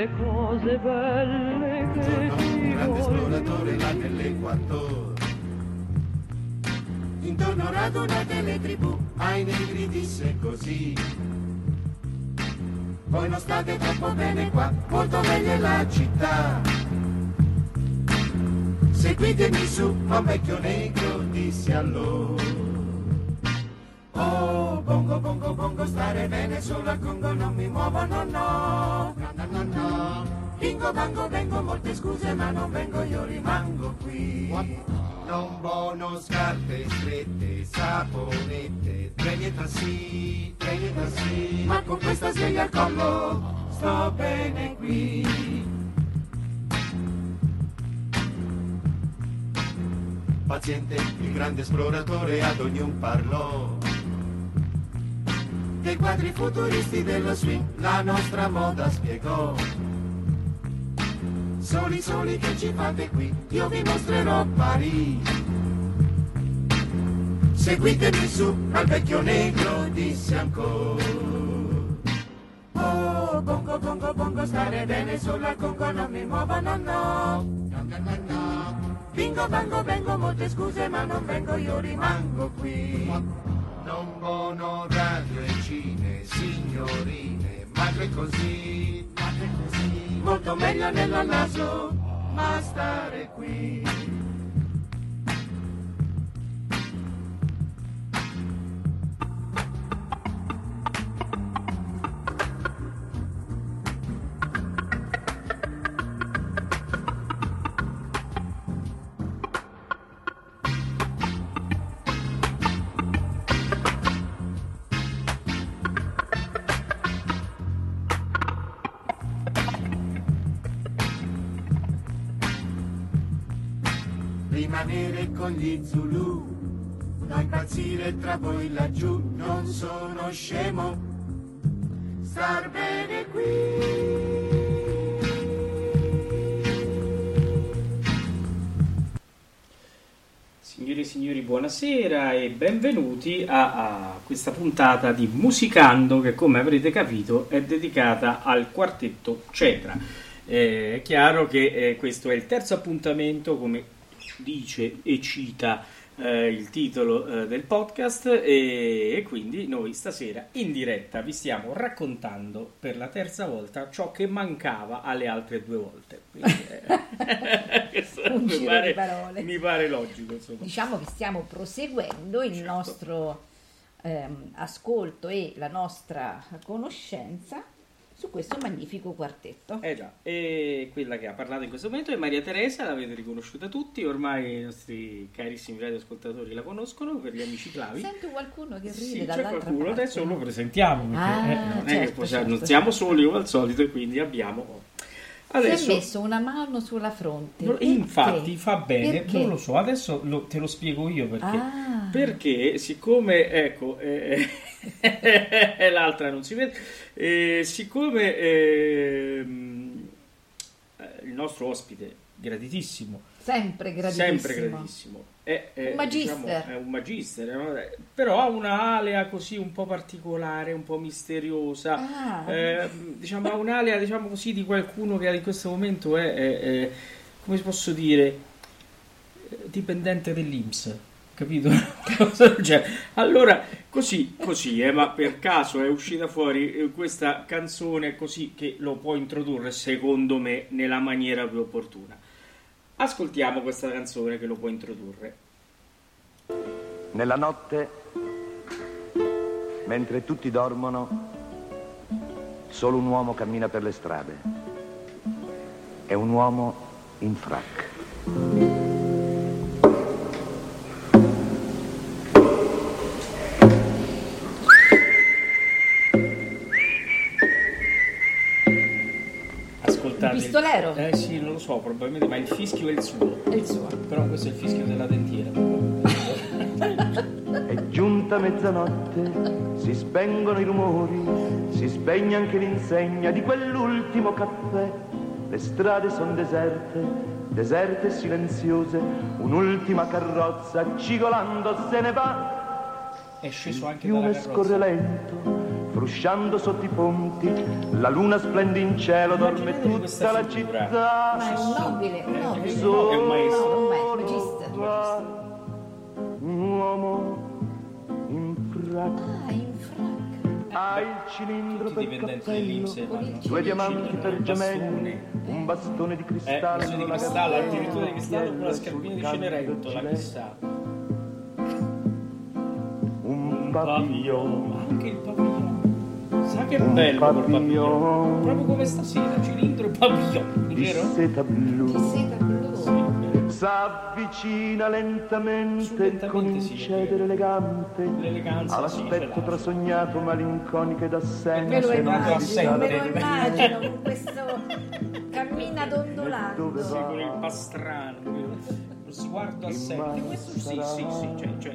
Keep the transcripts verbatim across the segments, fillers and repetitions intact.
le cose belle che Intorno ti un grande voglio. esploratore là nell'Equator. Intorno radunate le tribù, ai negri disse così: voi non state troppo bene qua, molto meglio è la città. Seguitemi su, ma un vecchio negro disse a loro: oh, bongo, bongo, bongo, stare bene solo al Congo, non mi muovo, no, no, no, no, no, no. Bingo, bango, vengo, molte scuse, ma non vengo, io rimango qui. Non buono, scarpe strette, saponette, treni e tassi, treni e tassi, ma con questa sveglia al collo sto bene qui. Paziente, il grande esploratore ad ognuno parlò dei quadri futuristi dello swing, la nostra moda spiegò. Soli, soli che ci fate qui, io vi mostrerò Parigi. Seguitemi su, al vecchio negro disse ancora: oh, bongo, bongo, bongo, stare bene solo al Congo, non mi muovo, no, no, no, no, no, no. Bingo, bango, vengo, molte scuse, ma non vengo, io rimango qui. Non buono radio e cine, signorine, madre così, madre così, molto meglio nella naso, ma stare qui. Rimanere con gli Zulu, da impazzire tra voi laggiù, non sono scemo, star bene qui. Signore e signori, buonasera e benvenuti a, a questa puntata di Musicando che, come avrete capito, è dedicata al quartetto Cetra. Eh, è chiaro che eh, questo è il terzo appuntamento, come dice e cita eh, il titolo eh, del podcast, e, e quindi noi stasera in diretta vi stiamo raccontando per la terza volta ciò che mancava alle altre due volte. Quindi, eh, questo Un mi, giro pare, di parole. mi pare logico, insomma. Diciamo che stiamo proseguendo il Certo. nostro ehm, ascolto e la nostra conoscenza su questo magnifico quartetto. Eh già, e quella che ha parlato in questo momento è Maria Teresa, l'avete riconosciuta tutti, ormai i nostri carissimi radioascoltatori la conoscono, per gli amici clavi. Sento qualcuno che ride Sì, c'è dall'altra qualcuno, parte. adesso lo presentiamo, perché Ah, eh, non è certo, che possiamo, certo, non siamo certo. soli come al solito, e quindi abbiamo... Si è Adesso, messo una mano sulla fronte. no, Perché? infatti fa bene, Perché? non lo so, adesso lo- te lo spiego io perché. Ah. Perché siccome, ecco, eh, l'altra non si vede, eh, siccome ehm, eh, il nostro ospite, graditissimo, Sempre graditissimo. sempre graditissimo, è, è, Un magister. diciamo, è un magister, no? Però ha un'alea così un po' particolare, un po' misteriosa, Ah. eh, diciamo ha un'alea, diciamo così, di qualcuno che in questo momento è, è- è, come posso dire, eh, dipendente dell'I N P S, capito? Cosa del genere. Allora, così, così, eh, ma per caso è uscita fuori eh, questa canzone così che lo può introdurre, secondo me, nella maniera più opportuna. Ascoltiamo questa canzone che lo può introdurre. Nella notte, mentre tutti dormono, solo un uomo cammina per le strade. È un uomo in frac. Ascoltate. Il pistolero? Eh sì, non lo so, probabilmente, ma il fischio è il suo. È il suo. Però questo è il fischio della dentiera. È giunta mezzanotte, si spengono i rumori, si spegne anche l'insegna di quell'ultimo caffè. Le strade sono deserte, deserte e silenziose, un'ultima carrozza cigolando se ne va. È sceso Il anche dalla fiume scorre carrozza. lento, frusciando sotto i ponti, la luna splende in cielo, dorme Immaginate tutta questa la figura. città. Ma è un nobile, un nobile. Solo È un maestro. No, un maestro, magista. un uomo in fracca, Ah, in fracca. ha il cilindro Tutti i per dipendenti cappello, dell'Inps con il vanno due diamanti per un gemelli, bastone. un bastone di Eh, cristallo, bastone di una cristallo, gazzetta, addirittura di cristallo con una sul scarpina di canto Cenerentola, del chissà. un papillon, Ma anche il padiglione. Sa che Un bello quel papillon. padiglione. Proprio come stasera, cilindro e padiglione, di vero? seta blu, Di seta blu. s'avvicina lentamente Su, lentamente con si incedere vede. elegante L'eleganza, all'aspetto sì, ce l'ha. trasognato malinconico ed assente. Me lo Sei nato immagino, assente, me lo dipende. immagino con questo cammina dondolando. Sì, con il pastrano, lo sguardo assente. Questo sì, sì, sì, cioè, cioè.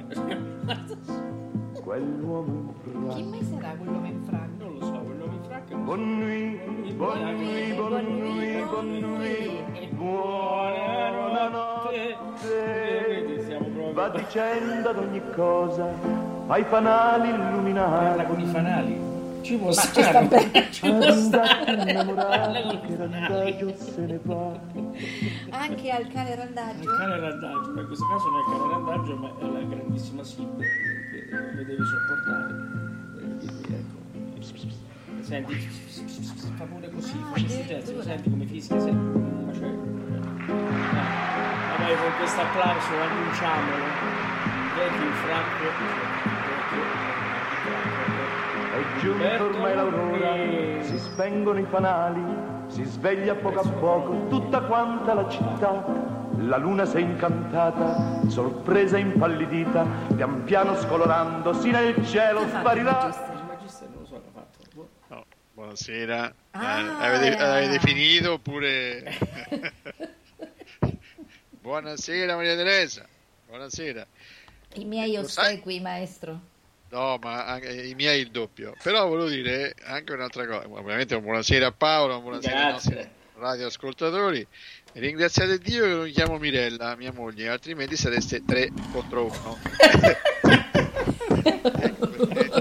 Quell'uomo in Chi mai sarà quell'uomo in fracca? Non lo so, quello in fracca non so. Buon nuit, buon nuit, buon nuit, buon nuit, buonanotte. Vedi, siamo proprio- Va dicendo ad ogni cosa, ai fanali Parla illuminati, con i fanali. Ci può Ma ci stare. sta bene. Ci può ad un stare. gatto Parla innamorato con i che fanali. randagio se ne va. Anche al cane Il randaggio? cane randaggio, ma in questo caso non è il cane randaggio, ma è la grandissima Sib che lo devi sopportare. Eh, quindi, ecco. Senti, fa pure così, fa questo gesto, senti come fischia, senti. Ma cioè, eh. Vabbè, con questo applauso annunciamolo. Vedi in È giunto ormai l'aurora, si spengono i fanali, si sveglia poco a poco tutta quanta la città. La luna si è incantata, sorpresa e impallidita, pian piano scolorandosi nel cielo Che ha fatto il sparirà. magista? il magister non lo so che ha fatto. Boh. No, buonasera. Ah. Eh, avete, avete finito oppure... Buonasera Maria Teresa. Buonasera. I miei Lo sai? ossequi, maestro. No, ma anche, i miei il doppio. Però volevo dire anche un'altra cosa. Ovviamente un buonasera a Paolo, un buonasera ai nostri Grazie. radioascoltatori. E ringraziate Dio che non mi chiamo Mirella, mia moglie, altrimenti sareste tre contro uno. Ecco perché.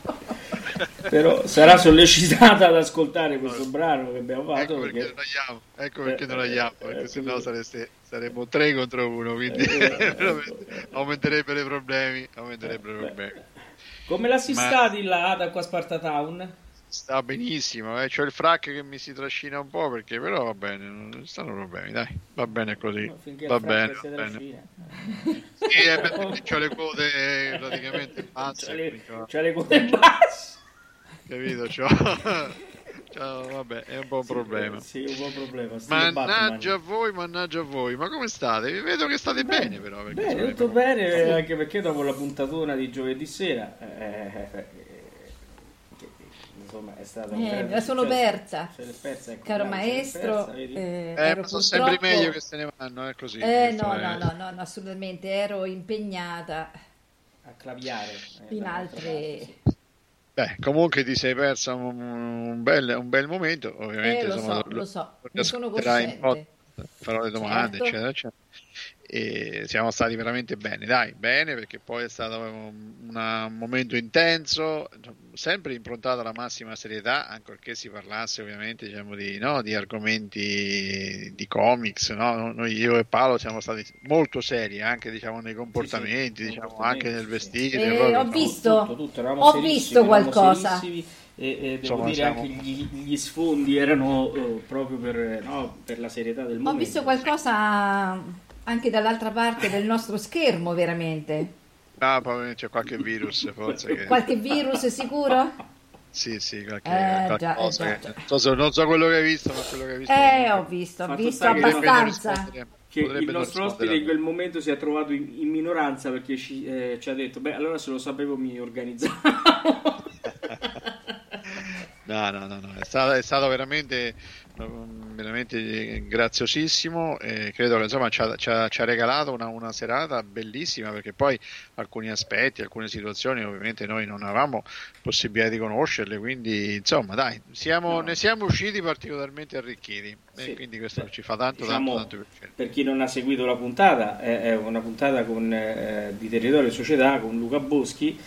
Però sarà sollecitata ad ascoltare questo brano che abbiamo fatto. Ecco perché perché- non la chiamo, ecco perché non la chiamo, perché Eh, sennò eh, sareste, saremmo tre contro uno, quindi Eh, veramente aumenterebbero i problemi, aumenterebbero i Beh. problemi. Come la si Ma- sta di là da qua a Sparta Town? Sta benissimo, eh. C'ho il frac che mi si trascina un po' perché però va bene, non stanno problemi, dai, va bene così, No, finché va il fracco bene, si va bene. trascina. Sì, eh, perché c'ho le code praticamente basse, C'ha le, quindi, no, c'ha le code basse. capito? C'ho... c'ho- vabbè, è un po' un problema. Sì, un po' problema. stile Mannaggia a Batman. voi, mannaggia a voi, ma come state? Vi vedo che state bene, però. Perché Bene, sono- tutto bene, anche perché dopo la puntatona di giovedì sera, eh, eh, che, insomma, è stata un Eh, grande me la sono successo. persa. Se l'è persa, ecco, Caro bravo, se l'è maestro, persa, vedi? eh, Eh, ero ma sono sempre purtroppo- meglio che se ne vanno, è così. Eh, questo no, è- no, no, no, no, assolutamente, ero impegnata A claviare. eh, in dall'altra altre... parte, sì. Beh, comunque ti sei persa un, un bel, un bel momento, ovviamente. Eh, lo insomma, so, lo so, lo ne sono ascolterai in cosciente. pod, farò le domande, Certo. eccetera, eccetera. E siamo stati veramente bene, dai, bene, perché poi è stato un, una- un momento intenso, sempre improntato alla massima serietà, ancorché si parlasse ovviamente diciamo, di, no, di argomenti di comics, no? Noi, io e Paolo siamo stati molto seri anche diciamo, nei comportamenti, Sì, sì, diciamo, comportamenti, anche nel sì. vestire. Eh, proprio, ho no? visto. Tutto, tutto, eravamo Ho serissimi, visto eravamo qualcosa. serissimi, E, e devo Insomma, dire siamo- anche gli, gli sfondi erano eh, proprio per, no, per la serietà del momento. Ho visto qualcosa anche dall'altra parte del nostro schermo, veramente. Ah, poi c'è qualche virus forse che... Qualche virus sicuro? Sì, sì, qualche, Eh, qualcosa già, eh, già, che- già. Non, so, se- non so quello che hai visto, ma quello che hai visto... Eh, ho visto, ho Fatto visto sta che- potrebbe non abbastanza. rispondere- Che potrebbe il non nostro rispondere ospite a in me. quel momento si è trovato in, in minoranza perché ci, eh, ci ha detto, beh, allora se lo sapevo mi organizzavo. No, no, no, no, è stato, è stato veramente, veramente graziosissimo e credo che insomma ci ha, ci ha- ci ha regalato una, una serata bellissima perché poi alcuni aspetti, alcune situazioni ovviamente noi non avevamo possibilità di conoscerle, quindi insomma dai, siamo, No. ne siamo usciti particolarmente arricchiti Sì. e quindi questo ci fa tanto, Diciamo, tanto, tanto piacere. per chi non ha seguito la puntata, è, è una puntata con, eh, di Territorio e Società con Luca Boschi,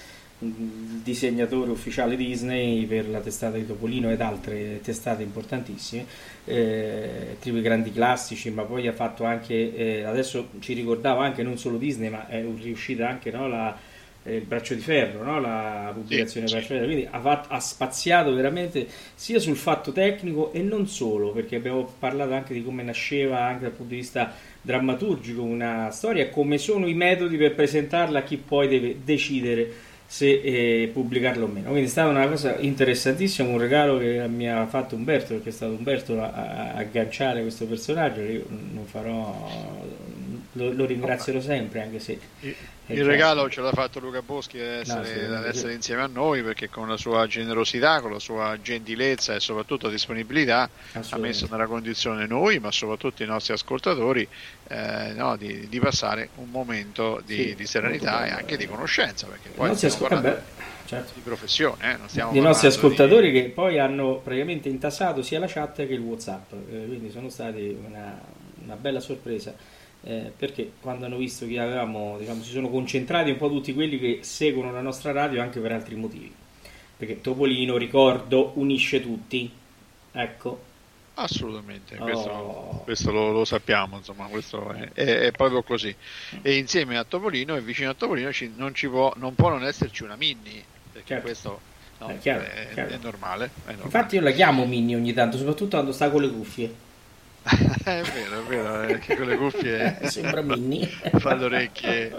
il disegnatore ufficiale Disney per la testata di Topolino ed altre testate importantissime, eh, tipo i grandi classici, ma poi ha fatto anche, eh, adesso ci ricordava anche non solo Disney, ma è riuscita anche, no, la, eh, il Braccio di Ferro, no? La pubblicazione Sì, del Braccio sì. di Ferro, quindi ha, fatto, ha spaziato veramente sia sul fatto tecnico e non solo, perché abbiamo parlato anche di come nasceva anche dal punto di vista drammaturgico una storia, come sono i metodi per presentarla a chi poi deve decidere se eh, pubblicarlo o meno. Quindi è stata una cosa interessantissima, un regalo che mi ha fatto Umberto, perché è stato Umberto a, a agganciare questo personaggio, che io non farò, lo, lo ringrazierò sempre, anche se Il, è il chiaro. regalo ce l'ha fatto Luca Boschi ad essere, No, sì, ad sì. essere insieme a noi, perché con la sua generosità, con la sua gentilezza e soprattutto disponibilità ha Assolutamente. messo nella condizione noi, ma soprattutto i nostri ascoltatori, eh, no, di, di passare un momento di, Sì, di serenità molto e bello. anche di conoscenza, perché I poi nostri, stiamo ascol- parlando vabbè, certo. di professione, eh, non stiamo I nostri parlando ascoltatori di... che poi hanno praticamente intasato sia la chat che il WhatsApp, eh, quindi sono stati una, una bella sorpresa, eh, perché quando hanno visto che avevamo, diciamo, si sono concentrati un po' tutti quelli che seguono la nostra radio anche per altri motivi, perché Topolino, ricordo, unisce tutti, ecco. Assolutamente, Oh. questo, questo lo, lo sappiamo, insomma, questo è, è- è proprio così. E insieme a Topolino e vicino a Topolino ci- non, ci può, non può non esserci una Minnie, perché Certo. questo no, È chiaro, è, chiaro. è normale. È normale. Infatti io la chiamo Minnie ogni tanto, soprattutto quando sta con le cuffie. È vero, è vero, è che con le cuffie Sembra Minnie. fa le orecchie.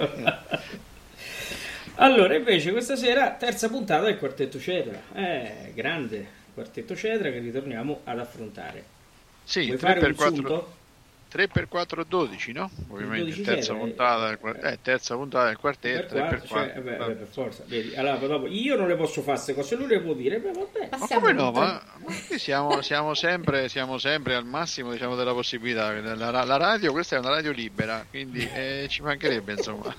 Allora, invece, questa sera, terza puntata del Quartetto Cetra. Eh, grande Quartetto Cetra che ritorniamo ad affrontare. Sì, Vuoi tre fare per un quattro sunto? tre per quattro dodici, no? Ovviamente dodici terza Cetra, eh. puntata del, quart- eh, terza puntata del quartetto, Per tre per quattro, cioè, quattro. eh beh, eh, per forza. Vedi, allora, poi dopo, io non le posso fare queste cose, lui le può dire, beh, vabbè. Ma Passiamo come no? oltre. Ma, ma qui siamo, siamo, sempre, siamo sempre al massimo, diciamo, della possibilità. La, la- la radio, questa è una radio libera, quindi eh, ci mancherebbe, insomma.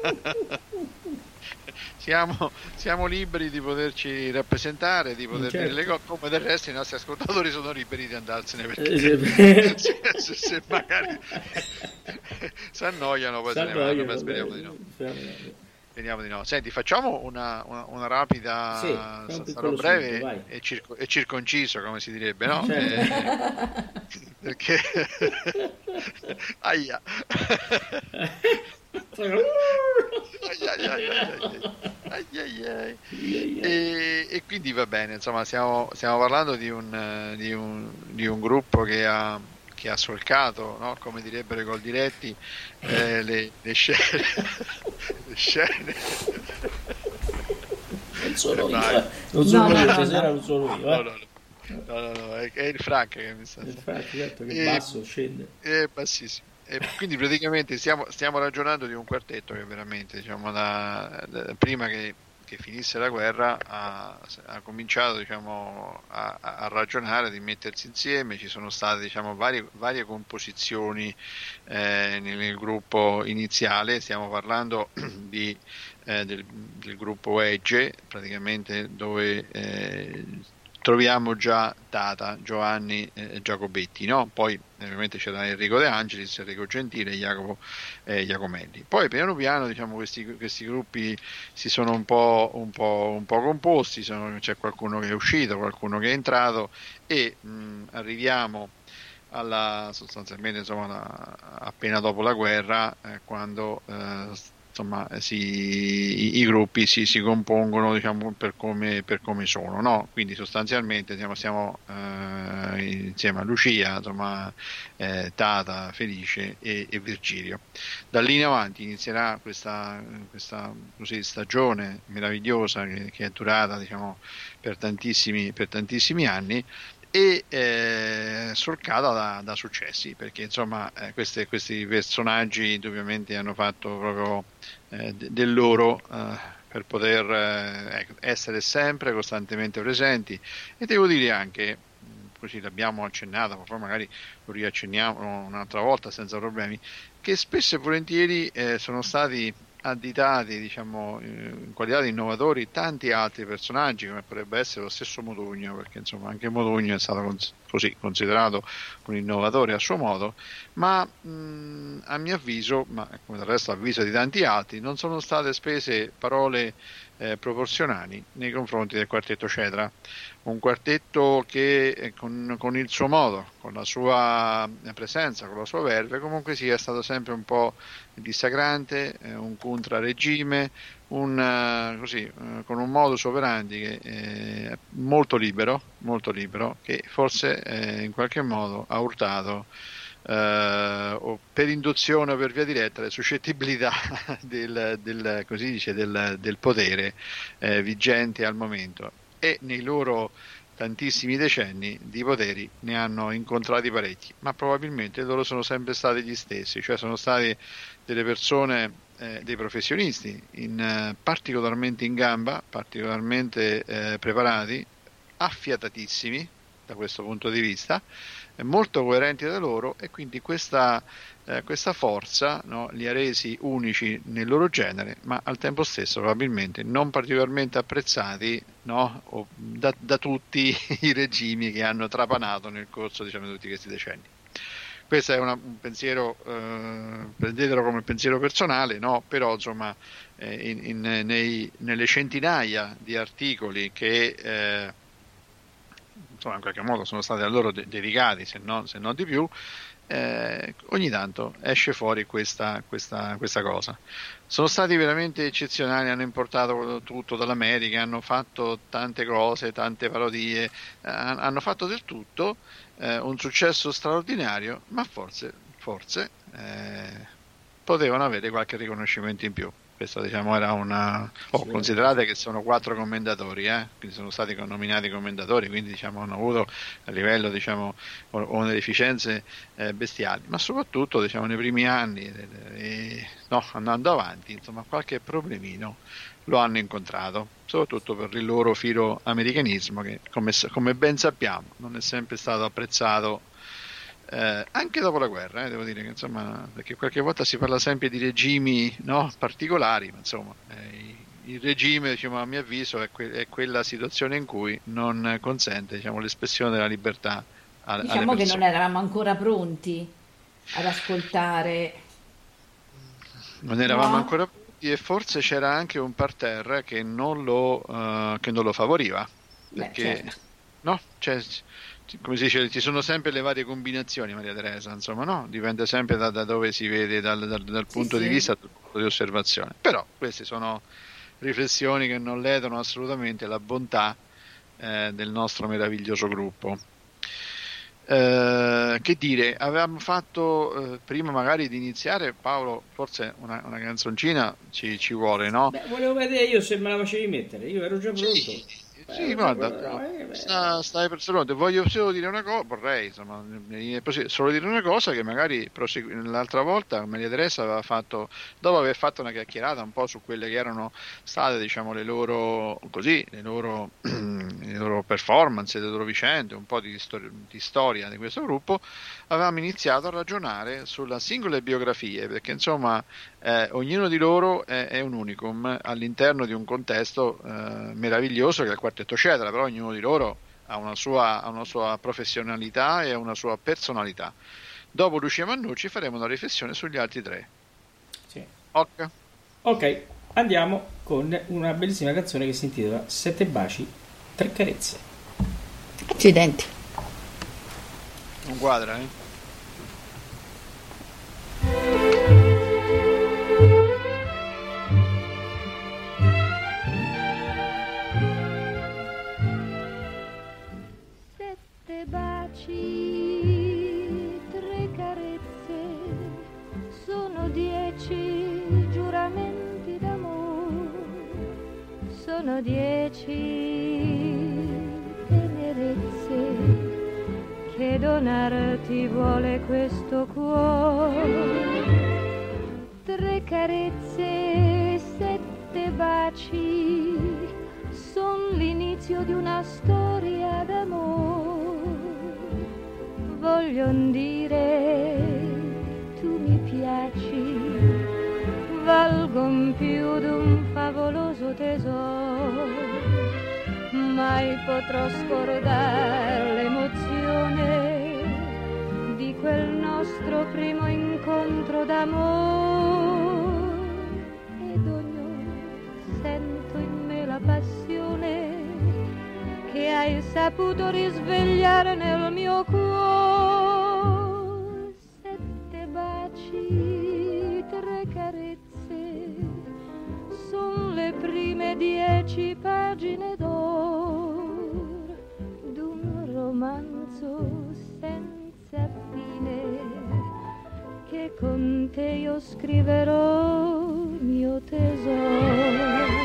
Siamo, siamo liberi di poterci rappresentare, di poter Certo. dire le cose, come del resto i nostri ascoltatori sono liberi di andarsene, perché Eh, sì. se, se- se magari si annoiano poi se ne vanno, ma speriamo di no. Speriamo di no. Speriamo di no. Senti, facciamo una, una, una rapida, Sì, fai un sa- piccolo sarò breve sunto, vai. e, circo- e circonciso, come si direbbe, no? Certo. Eh, perché aia. Ai, ai, ai, ai, ai. Ai, ai, ai. E, e quindi va bene, insomma, stiamo, stiamo parlando di un, eh, di un, di un gruppo che ha, che ha solcato, no? Come direbbero i gol diretti, eh, le, le scene. Le scene. Non sono io, Dai. eh. non sono No, io, no, no, stasera no. non sono io. No, Eh. no, no. No, no, no, è, è il Frank che mi sta. Infatti, certo che E- basso scende. È bassissimo. E quindi praticamente stiamo, stiamo ragionando di un quartetto che veramente, diciamo, da, da- prima che, che finisse la guerra ha, ha cominciato, diciamo, a, a ragionare di mettersi insieme. Ci sono state, diciamo, varie, varie composizioni eh, nel, nel gruppo iniziale. Stiamo parlando di, eh, del, del gruppo Egge, praticamente, dove eh, troviamo già Tata, Giovanni e Giacobetti, no? Poi ovviamente c'era Enrico De Angelis, Enrico Gentile e Jacopo eh, Giacomelli. Poi piano piano, diciamo, questi, questi gruppi si sono un po', un po', un po' composti, sono- c'è qualcuno che è uscito, qualcuno che è entrato e mh, arriviamo alla, sostanzialmente, insomma, la- appena dopo la guerra, eh, quando eh, insomma si, i, i gruppi si, si compongono, diciamo, per come, per come sono, no? Quindi sostanzialmente diciamo, siamo eh, insieme a Lucia, insomma, eh, Tata, Felice e, e Virgilio. Da lì in avanti inizierà questa, questa così, stagione meravigliosa che, che è durata, diciamo, per tantissimi, per tantissimi anni e eh, solcata da, da successi, perché insomma eh, queste- questi personaggi indubbiamente hanno fatto proprio eh, de- del loro eh, per poter eh, ecco, essere sempre costantemente presenti. E devo dire anche, mh, così l'abbiamo accennato, ma poi magari lo riaccenniamo un'altra volta senza problemi, che spesso e volentieri eh, sono stati additati, diciamo, eh, in qualità di innovatori tanti altri personaggi, come potrebbe essere lo stesso Modugno, perché insomma anche Modugno è stato cons- così considerato un innovatore a suo modo, ma mh, a mio avviso, ma come del resto avviso di tanti altri, non sono state spese parole eh, proporzionali nei confronti del quartetto Cetra, un quartetto che eh, con, con il suo modo, con la sua presenza, con la sua verve, comunque sia è stato sempre un po' dissacrante, eh, un contraregime, un, uh, così, uh, con un modus operandi che è eh, molto libero, molto libero, che forse eh, in qualche modo ha urtato Uh, o per induzione o per via diretta le suscettibilità del, del, così dice, del, del potere eh, vigente al momento, e nei loro tantissimi decenni di poteri ne hanno incontrati parecchi, ma probabilmente loro sono sempre stati gli stessi, cioè sono stati delle persone, eh, dei professionisti in, eh, particolarmente in gamba, particolarmente eh, preparati, affiatatissimi da questo punto di vista, molto coerenti da loro, e quindi questa, eh, questa forza, no, li ha resi unici nel loro genere, ma al tempo stesso probabilmente non particolarmente apprezzati, no, o da, da tutti i regimi che hanno trapanato nel corso, diciamo, di tutti questi decenni. Questo è una, un pensiero, eh, prendetelo come pensiero personale, no? Però insomma eh, in, in, nei, nelle centinaia di articoli che eh, insomma in qualche modo sono stati a loro de- dedicati, se non, se non di più, eh, ogni tanto esce fuori questa, questa, questa cosa. Sono stati veramente eccezionali, hanno importato tutto dall'America, hanno fatto tante cose, tante parodie, eh, hanno fatto del tutto, eh, un successo straordinario, ma forse, forse eh, potevano avere qualche riconoscimento in più. Questa, diciamo, era una. Oh, considerate che sono quattro commendatori, eh? Quindi sono stati nominati commendatori, quindi diciamo hanno avuto a livello, diciamo, onorificenze eh, bestiali, ma soprattutto, diciamo, nei primi anni, eh, eh, no, andando avanti, insomma, qualche problemino lo hanno incontrato, soprattutto per il loro filo americanismo che, come, come ben sappiamo, non è sempre stato apprezzato. Eh, anche dopo la guerra, eh, devo dire che, insomma, perché qualche volta si parla sempre di regimi, no, particolari, ma insomma eh, il regime, diciamo, a mio avviso è, que- è quella situazione in cui non consente, diciamo, l'espressione della libertà a- diciamo alle che non eravamo ancora pronti ad ascoltare, non eravamo no? ancora pronti, e forse c'era anche un parterre che non lo, uh, che non lo favoriva, perché Beh, certo. no, cioè, come si dice, ci sono sempre le varie combinazioni, Maria Teresa, insomma, no? Dipende sempre da, da dove si vede, dal, dal, dal punto sì, di sì. vista, dal punto di osservazione. Però queste sono riflessioni che non ledono assolutamente la bontà eh, del nostro meraviglioso gruppo. Eh, che dire, avevamo fatto eh, prima magari di iniziare, Paolo, forse una, una canzoncina ci, ci vuole, no? Beh, volevo vedere io se me la facevi mettere, io ero già pronto. Sì. Sì, guarda, sta, stai per secondo. Voglio solo dire una cosa, vorrei insomma, solo dire una cosa, che magari prosegui- l'altra volta Maria Teresa aveva fatto, dopo aver fatto una chiacchierata un po' su quelle che erano state, diciamo, le loro, così, le loro, le loro performance, le loro vicende, un po' di, stor- di storia di questo gruppo, avevamo iniziato a ragionare sulle singole biografie, perché insomma eh, ognuno di loro è, è un unicum all'interno di un contesto eh, meraviglioso che è il quartetto Cetra, però ognuno di loro ha una sua, ha una sua professionalità e una sua personalità. Dopo Lucia Mannucci faremo una riflessione sugli altri tre. Sì. Ok, Ok, andiamo con una bellissima canzone che si intitola Sette baci, tre carezze. Accidenti. un quadra, eh? Sette baci, tre carezze, sono dieci giuramenti d'amore, sono dieci tenerezze che donarti vuole questo cuore. Tre carezze, sette baci, son l'inizio di una storia d'amore. Voglion dire, tu mi piaci, valgon più d'un favoloso tesoro. Mai potrò scordare l'emozione di quel nostro primo incontro d'amore. Ed ognuno sento in me hai saputo risvegliare nel mio cuore. Sette baci, tre carezze, son le prime dieci pagine d'oro d'un romanzo senza fine che con te io scriverò, mio tesoro.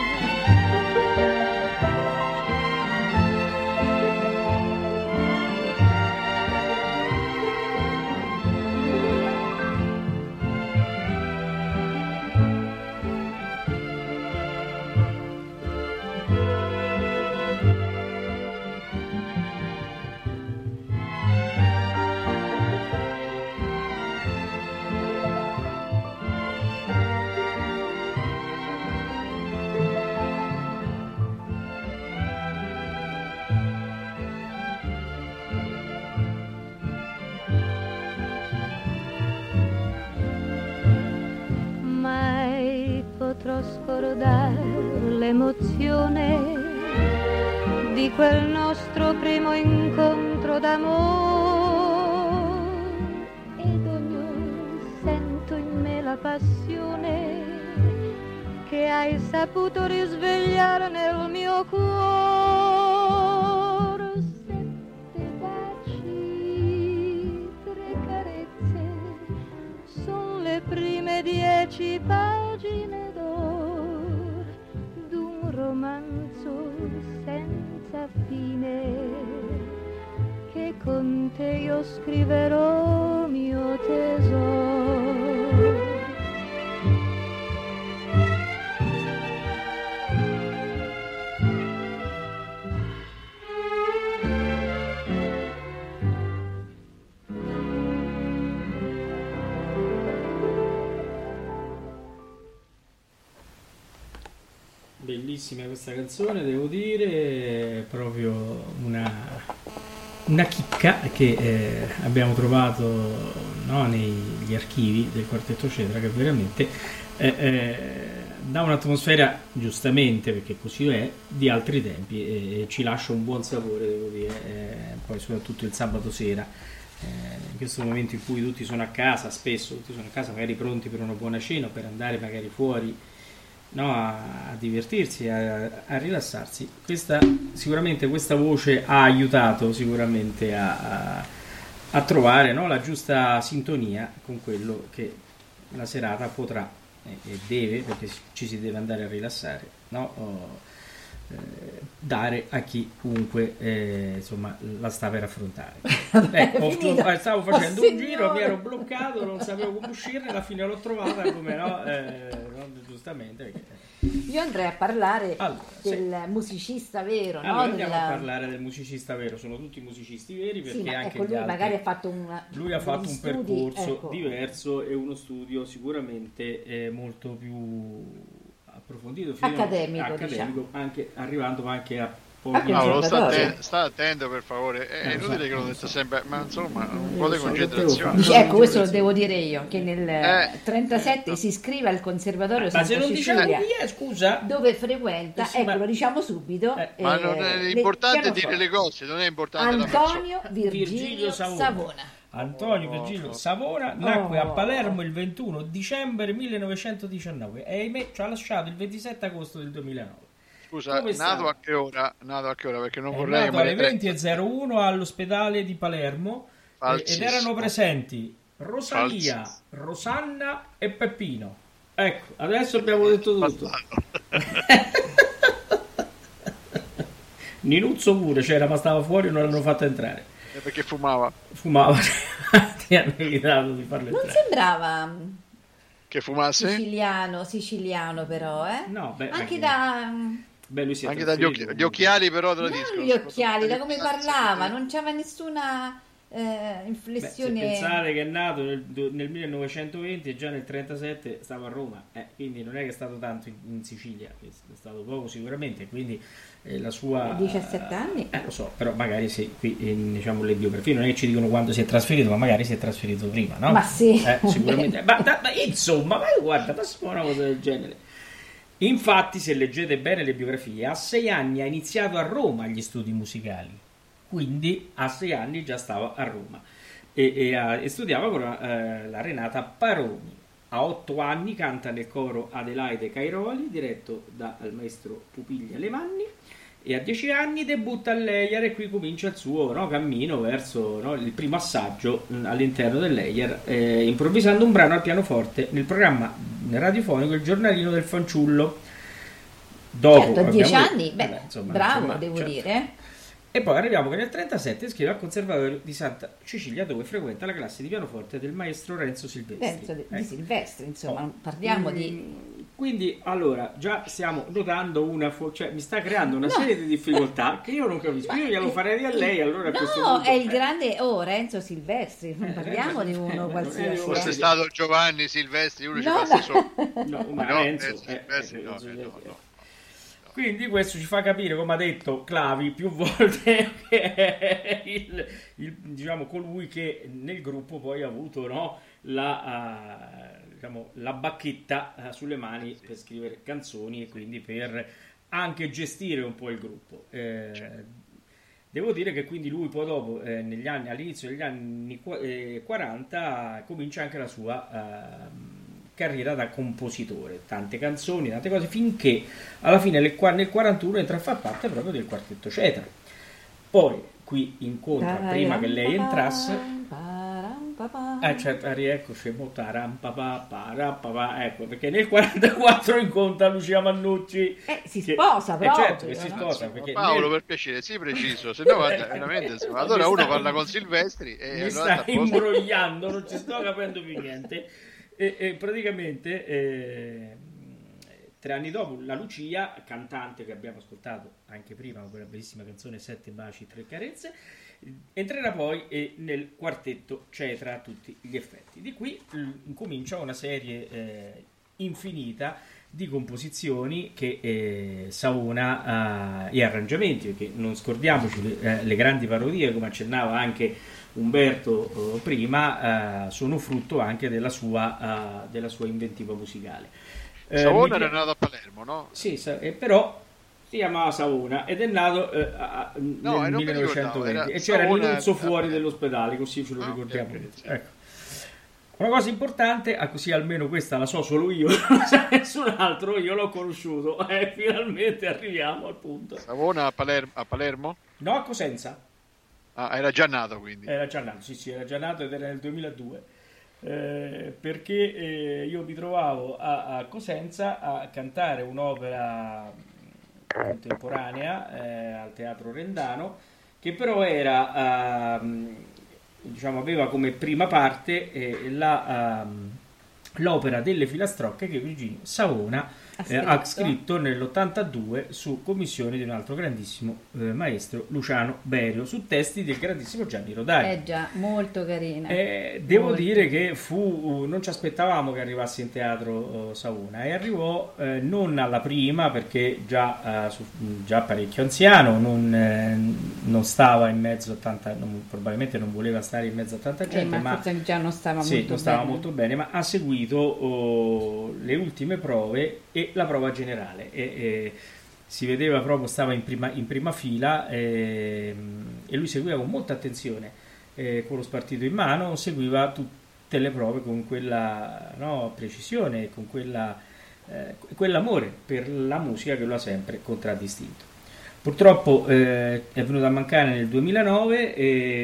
Potrò scordare l'emozione di quel nostro primo incontro d'amore, ed ognuno sento in me la passione che hai saputo risvegliare nel mio cuore. Sette baci, tre carezze, son le prime dieci pagine romanzo senza fine che con te io scriverò, mio tesoro. Bellissima questa canzone, devo dire, è proprio una, una chicca che eh, abbiamo trovato, no, negli archivi del Quartetto Cetra, che veramente eh, eh, dà un'atmosfera, giustamente, perché così è, di altri tempi, e, e ci lascia un buon sapore, devo dire, eh, poi soprattutto il sabato sera, eh, in questo momento in cui tutti sono a casa, spesso tutti sono a casa magari pronti per una buona cena o per andare magari fuori, no, a, a divertirsi, a, a rilassarsi. Questa, sicuramente questa voce ha aiutato sicuramente a, a, a trovare, no, la giusta sintonia con quello che la serata potrà e, e deve, perché ci si deve andare a rilassare, no, o, eh, dare a chi comunque eh, insomma la sta per affrontare. Eh, ho, stavo facendo oh, un giro, mi ero bloccato, non sapevo come uscirne, alla fine l'ho trovata, come no, eh, giustamente perché... Io andrei a parlare allora, del sì. musicista vero, allora, no? andiamo Della... a parlare del musicista vero, sono tutti musicisti veri, perché sì, ma anche ecco, lui altri... magari ha fatto una... lui ha fatto un studi, percorso ecco. diverso e uno studio sicuramente eh, molto più approfondito, accademico, accademico diciamo. Anche arrivando anche a Paolo, sta, atten- sta attento per favore, è eh, inutile so, che lo detto so. sempre, ma insomma un po' di so, concentrazione. Dice, ecco, questo lo devo dire io, che nel eh, trentasette eh, si iscrive al Conservatorio ma Santa se non Cecilia, diciamo chi è, scusa, dove frequenta, eh sì, ecco, ma... lo diciamo subito, eh, ma non è le, importante dire le cose, non è importante Antonio la Virgilio, Virgilio Savona. Savona. Antonio Virgilio oh, Savona nacque oh. a Palermo il ventuno dicembre millenovecentodiciannove e ahimè ci ha lasciato il ventisette agosto del duemilanove. Scusa, nato a che ora? Nato a che ora? Perché non è vorrei nato alle venti e zero uno all'ospedale di Palermo eh, ed erano presenti Rosalia, Falsissimo. Rosanna e Peppino. Ecco, adesso abbiamo detto tutto. Ninuzzo pure c'era, ma stava fuori e non l'hanno fatto entrare. Eh, perché fumava? Fumava, ti hanno evitato di farlo entrare. Non sembrava Che fumasse? siciliano, siciliano però, eh? No, beh, anche beh, da... Beh, lui si è Anche dagli occhi- gli occhiali però tradiscono. Non gli occhiali, da come parlava, non c'aveva nessuna eh, Beh, se inflessione. pensate che è nato nel, nel millenovecentoventi e già nel trentasette stava a Roma, eh, quindi non è che è stato tanto in, in Sicilia, è stato poco sicuramente, quindi eh, la sua... diciassette anni? Eh, lo so, però magari se qui in, diciamo, le biografie non è che ci dicono quando si è trasferito, ma magari si è trasferito prima, no? Ma sì. Eh, sicuramente. ma, da, ma insomma, ma guarda, passiamo a una cosa del genere. Infatti, se leggete bene le biografie, a sei anni ha iniziato a Roma gli studi musicali, quindi a sei anni già stava a Roma e, e, e studiava con la, eh, la Renata Paroni. A otto anni canta nel coro Adelaide Cairoli, diretto dal maestro Pupiglia Levanni, e a dieci anni debutta all'Eier e qui comincia il suo no, cammino verso no, il primo assaggio mh, all'interno dell'Eier, eh, improvvisando un brano al pianoforte nel programma radiofonico Il giornalino del fanciullo. Dopo, certo, a dieci abbiamo... anni, beh, Vabbè, insomma, bravo, insomma, devo certo. dire. E poi arriviamo che nel trentasette iscrive al Conservatorio di Santa Cecilia, dove frequenta la classe di pianoforte del maestro Renzo Silvestri. Renzo di, ecco. di Silvestri, insomma, Oh. parliamo Mm, di... Quindi, allora, già stiamo notando una... Fo- cioè, mi sta creando una No. serie di difficoltà che io non capisco. Io glielo farei a lei, allora a questo No, punto... è il eh, grande... Oh, Renzo Silvestri, non Eh, parliamo eh, di eh, uno non è qualsiasi. uno- Fosse Sì. stato Giovanni Silvestri, uno ci No, passa no. sopra. No, ma No, Renzo... Renzo eh, Silvestri, eh, no, Renzo eh, no, Silvestri. no. Quindi questo ci fa capire, come ha detto Clavi più volte, che è il, il, diciamo, colui che nel gruppo poi ha avuto no, la, uh, diciamo, la bacchetta uh, sulle mani per scrivere canzoni e quindi per anche gestire un po' il gruppo. Eh, devo dire che quindi lui poi dopo, eh, negli anni, all'inizio degli anni quaranta, comincia anche la sua... Uh, carriera da compositore, tante canzoni, tante cose, finché alla fine nel, nel quarantuno entra a far parte proprio del quartetto Cetra. Poi qui incontra, prima che lei entrasse, eh certo, rieccoci, ecco, perché nel quarantaquattro incontra Lucia Mannucci. Eh, si che, sposa eh, proprio. certo che si no? sposa, perché Paolo, nel- per piacere, sì, preciso, se no guarda, veramente, insomma, allora Mi uno sta- parla con Silvestri e mi allora sta sta a posto. imbrogliando, non ci sto capendo più niente. E, e praticamente eh, tre anni dopo la Lucia, cantante che abbiamo ascoltato anche prima con quella bellissima canzone Sette baci, tre carezze, entrerà poi eh, nel quartetto Cetra a tutti gli effetti. Di qui l- comincia una serie eh, infinita di composizioni che eh, Savona eh, e arrangiamenti, perché non scordiamoci eh, le grandi parodie, come accennava anche Umberto eh, prima, eh, sono frutto anche della sua, eh, della sua inventiva musicale. Eh, Savona mi era pi- nato a Palermo, no? Sì, sa- eh, però si chiamava Savona ed è nato eh, a- a- No, nel e non mi millenovecentoventi ricordavo, era e c'era Savona Niluzzo a fuori Palermo. dell'ospedale, così ce lo Ah, ricordiamo. ok, ok, sì. Ecco. Una cosa importante, ah, così almeno questa la so solo io, non la sa nessun altro, io l'ho conosciuto e finalmente arriviamo al punto. Savona a, Paler- a Palermo? No, a Cosenza. Ah, era già nato quindi. Era già nato, sì, sì, era già nato ed era nel duemiladue. Eh, perché eh, io mi trovavo a, a Cosenza a cantare un'opera contemporanea eh, al Teatro Rendano, che però era, ehm, diciamo, aveva come prima parte eh, la, ehm, l'opera delle filastrocche che Virginio Savona Ha eh, ha scritto. scritto nell'ottantadue su commissione di un altro grandissimo eh, maestro, Luciano Berio, su testi del grandissimo Gianni Rodari. Eh già, molto carina. Eh, devo Molto. dire che fu, non ci aspettavamo che arrivasse in teatro eh, Savona, e arrivò eh, non alla prima, perché già, eh, su- già parecchio anziano, non, eh, non stava in mezzo a tanta, non- probabilmente non voleva stare in mezzo a tanta Eh, gente, ma ma forse già non stava sì, molto non stava bene. molto bene, ma ha seguito oh, le ultime prove e la prova generale e, e si vedeva proprio, stava in prima, in prima fila e, e lui seguiva con molta attenzione, eh, con lo spartito in mano, seguiva tutte le prove con quella no, precisione, con quella, eh, quell'amore per la musica che lo ha sempre contraddistinto. Purtroppo eh, è venuto a mancare nel duemilanove,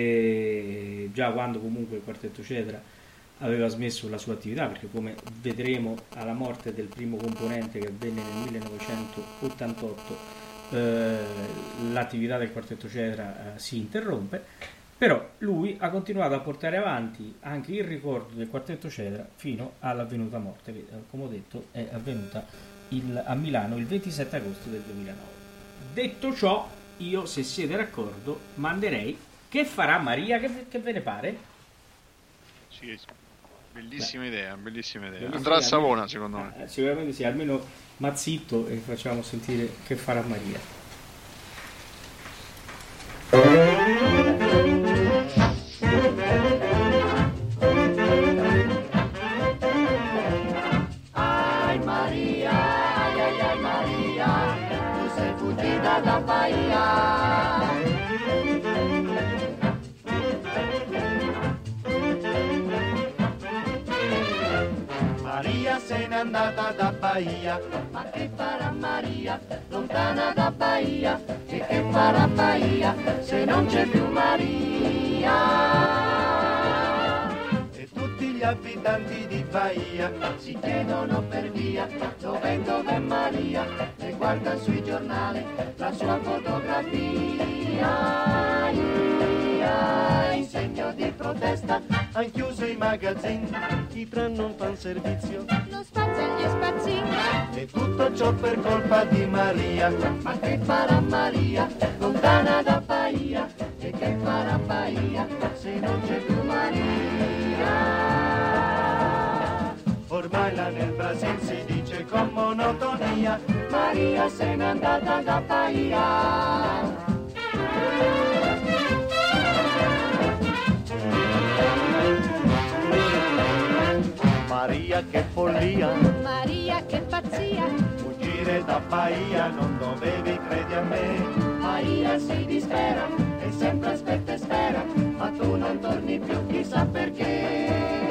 e già quando comunque il Quartetto Cetra aveva smesso la sua attività, perché come vedremo alla morte del primo componente, che avvenne nel millenovecentottantotto, eh, l'attività del Quartetto Cetra eh, si interrompe, però lui ha continuato a portare avanti anche il ricordo del Quartetto Cetra fino all'avvenuta morte, che come ho detto è avvenuta il- a Milano il ventisette agosto del duemilanove. Detto ciò, io, se siete d'accordo, manderei Che farà Maria, che, che ve ne pare? Sì, bellissima idea, bellissima idea. Bellissima Andrà a idea. Savona, secondo me. Eh, sicuramente sì, almeno Mazzitto, e facciamo sentire Che farà Maria. Ay María, ay ay andata da Bahia. Ma che farà Maria, lontana da Bahia? E che farà Bahia se non c'è più Maria? Gli abitanti di Bahia si chiedono per via dove dov'è Maria e guarda sui giornali la sua fotografia. In segno di protesta han chiuso i magazzini, i tram non fan servizio, non spazza gli spazzini. e tutto ciò per colpa di Maria. Ma che farà Maria lontana da Bahia? E che farà Bahia se non c'è più Maria? Ormai là nel Brasile si dice con monotonia, Maria se n'è andata da Bahia. Maria che follia, Maria che pazzia, fuggire da Bahia non dovevi, credi a me. Maria si dispera e sempre aspetta e spera, ma tu non torni più chissà perché.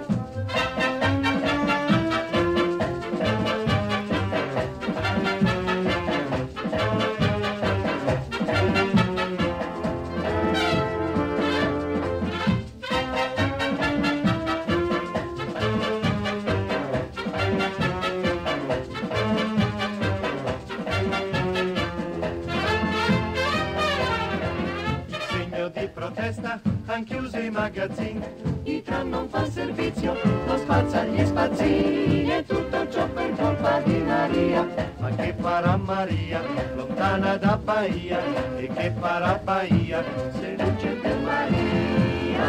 Han chiuso i magazzini, i tram non fa servizio, non spazza gli spazzini, e tutto ciò per colpa di Maria. Ma che farà Maria lontana da Bahia? E che farà Bahia se non c'è più Maria?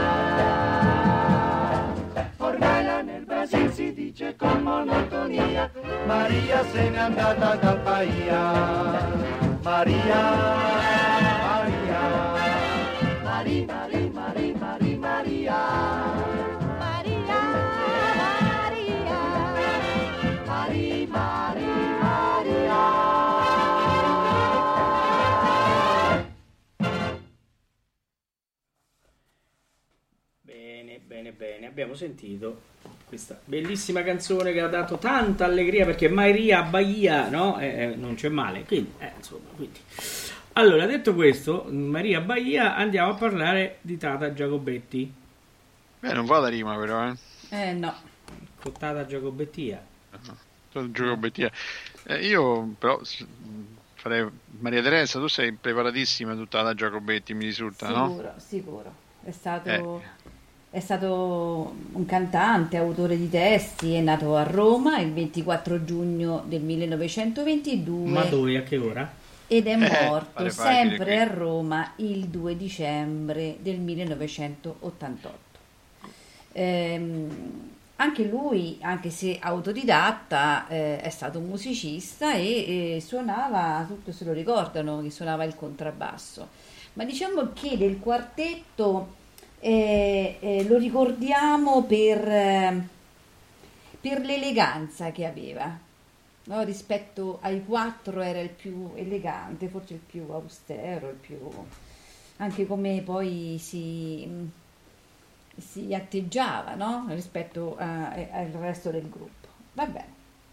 Ormai là nel Brasile si dice con monotonia, Maria se n'è andata da Bahia. Maria, Maria, Maria, Maria. Maria, Maria, Maria, Maria, Maria, Maria, Maria. Bene, bene, bene. Abbiamo sentito questa bellissima canzone che ha dato tanta allegria, perché Maria Bahia, no? Eh, eh, non c'è male. Quindi, eh, insomma, quindi. Allora, detto questo, Maria Bahia, andiamo a parlare di Tata Giacobetti. Beh, non va da rima però, eh. Eh no. Con Tata Giacobettia. Tata Giacobettia. Eh, io però farei... Maria Teresa, tu sei preparatissima tutta la Giacobetti, mi risulta, sicuro, no? Sicuro, sicuro. È stato... Eh. È stato un cantante, autore di testi, è nato a Roma il ventiquattro giugno del millenovecentoventidue. Ma dove, a che ora? Ed è Eh, morto pare sempre facile a qui. Roma il due dicembre del millenovecentottantotto. Ehm, anche lui, anche se autodidatta, eh, è stato un musicista e eh, suonava, tutti se lo ricordano, che suonava il contrabbasso. Ma diciamo che del quartetto eh, eh, lo ricordiamo per, eh, per l'eleganza che aveva. No, rispetto ai quattro era il più elegante, forse il più austero, il più... anche come poi si, si atteggiava, no? Rispetto a- al resto del gruppo. Va bene.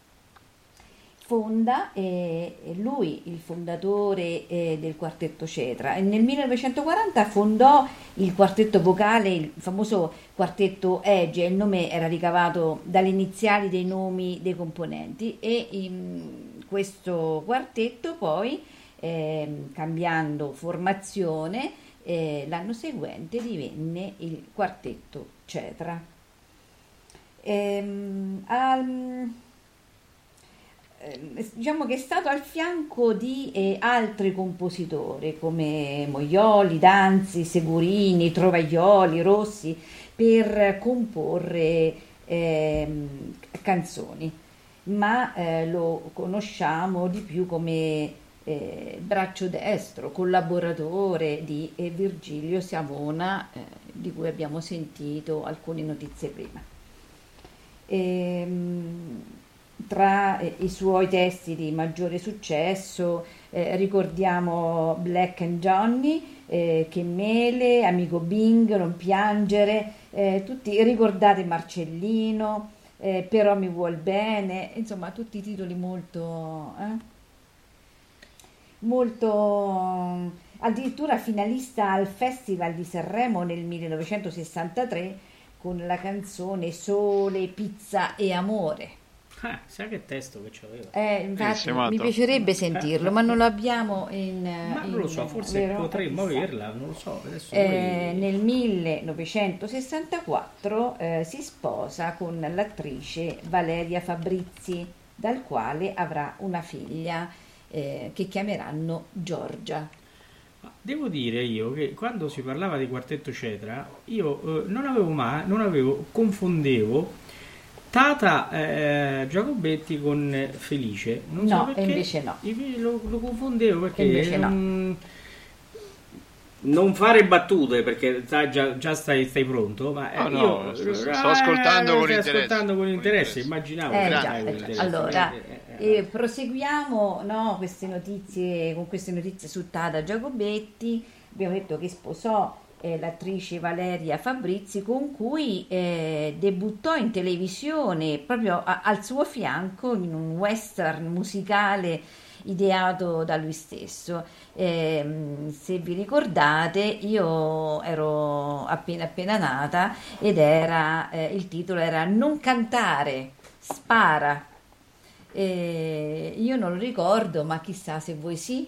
Fonda, eh, è lui il fondatore eh, del quartetto Cetra, e nel millenovecentoquaranta fondò il quartetto vocale, il famoso quartetto Ege. Il nome era ricavato dalle iniziali dei nomi dei componenti, e in questo quartetto poi, eh, cambiando formazione, eh, l'anno seguente divenne il quartetto Cetra. Ehm, al- eh, diciamo che è stato al fianco di eh, altri compositori come Moioli, Danzi, Segurini, Trovaglioli, Rossi, per comporre ehm, canzoni, ma eh, lo conosciamo di più come eh, braccio destro, collaboratore di eh, Virgilio Savona, eh, di cui abbiamo sentito alcune notizie prima. Ehm, Tra eh, i suoi testi di maggiore successo eh, ricordiamo Black and Johnny, eh, Che mele, Amico Bing, Non piangere, eh, tutti ricordate Marcellino, eh, Però mi vuol bene, insomma tutti titoli molto, eh, molto, addirittura finalista al Festival di Sanremo nel millenovecentosessantatré con la canzone Sole, pizza e amore. Ah, sai che testo che c'aveva? Eh, infatti Bellissimo, mi Atto. piacerebbe sentirlo, ma non lo abbiamo in, Ma in- non lo so, forse vero? potremmo Chissà. averla, non lo so. Adesso Eh, voi- nel millenovecentosessantaquattro eh, si sposa con l'attrice Valeria Fabrizi, dal quale avrà una figlia eh, che chiameranno Giorgia. Ma devo dire io che quando si parlava di Quartetto Cetra, io eh, non avevo mai, non avevo, confondevo Tata eh, Giacobetti con eh, Felice. Non so No, perché, e invece no. Invece lo, lo confondevo perché E invece no. non, non fare battute perché sai, già, già stai, stai pronto, ma eh, No, no, io sto- sto eh, ascoltando con stai interesse, ascoltando con con interesse, interesse. immaginavo Eh che già, stai con eh già. interesse. Allora, Eh, eh, eh, proseguiamo, no, queste notizie, con queste notizie su Tata Giacobetti. Abbiamo detto che sposò eh, l'attrice Valeria Fabrizi, con cui eh, debuttò in televisione proprio a- al suo fianco in un western musicale ideato da lui stesso. Ehm, se vi ricordate, io ero appena appena nata ed era eh, il titolo era Non cantare, spara. Eh, io non lo ricordo, ma chissà se voi sì.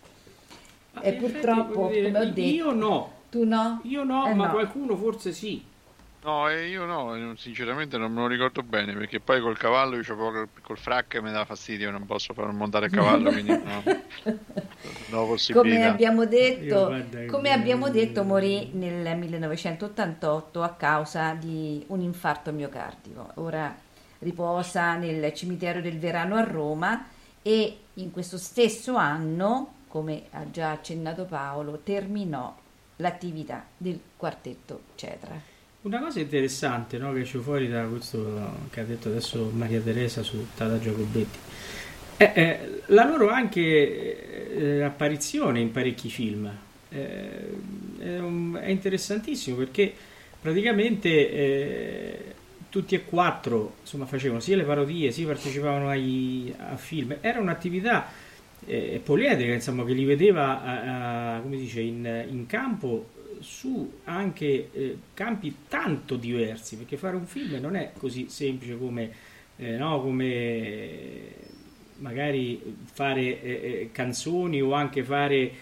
Ma E in effetti, purtroppo, voglio dire, come ho detto, io no, tu no? io no, Eh ma no. qualcuno forse sì. No, e io no, eh, sinceramente non me lo ricordo bene perché poi col cavallo io c'avevo col, col frac mi dà fastidio, non posso far montare a cavallo, quindi no, non ho Come possibilità. abbiamo Io detto, guarda che- come abbiamo detto, morì nel millenovecentottantotto a causa di un infarto miocardico. Ora riposa nel cimitero del Verano a Roma e in questo stesso anno, come ha già accennato Paolo, terminò l'attività del quartetto Cetra. Una cosa interessante, no, che esce fuori da questo che ha detto adesso Maria Teresa su Tata Giacobetti è, è la loro anche eh, apparizione in parecchi film. Eh, è, un- è interessantissimo perché praticamente eh, tutti e quattro insomma facevano sia le parodie, sia partecipavano ai, a film. Era un'attività eh, poliedrica, insomma, che li vedeva a- a- come si dice, in, in campo su anche eh, campi tanto diversi, perché fare un film non è così semplice come, eh, no, come magari fare eh, eh, canzoni o anche fare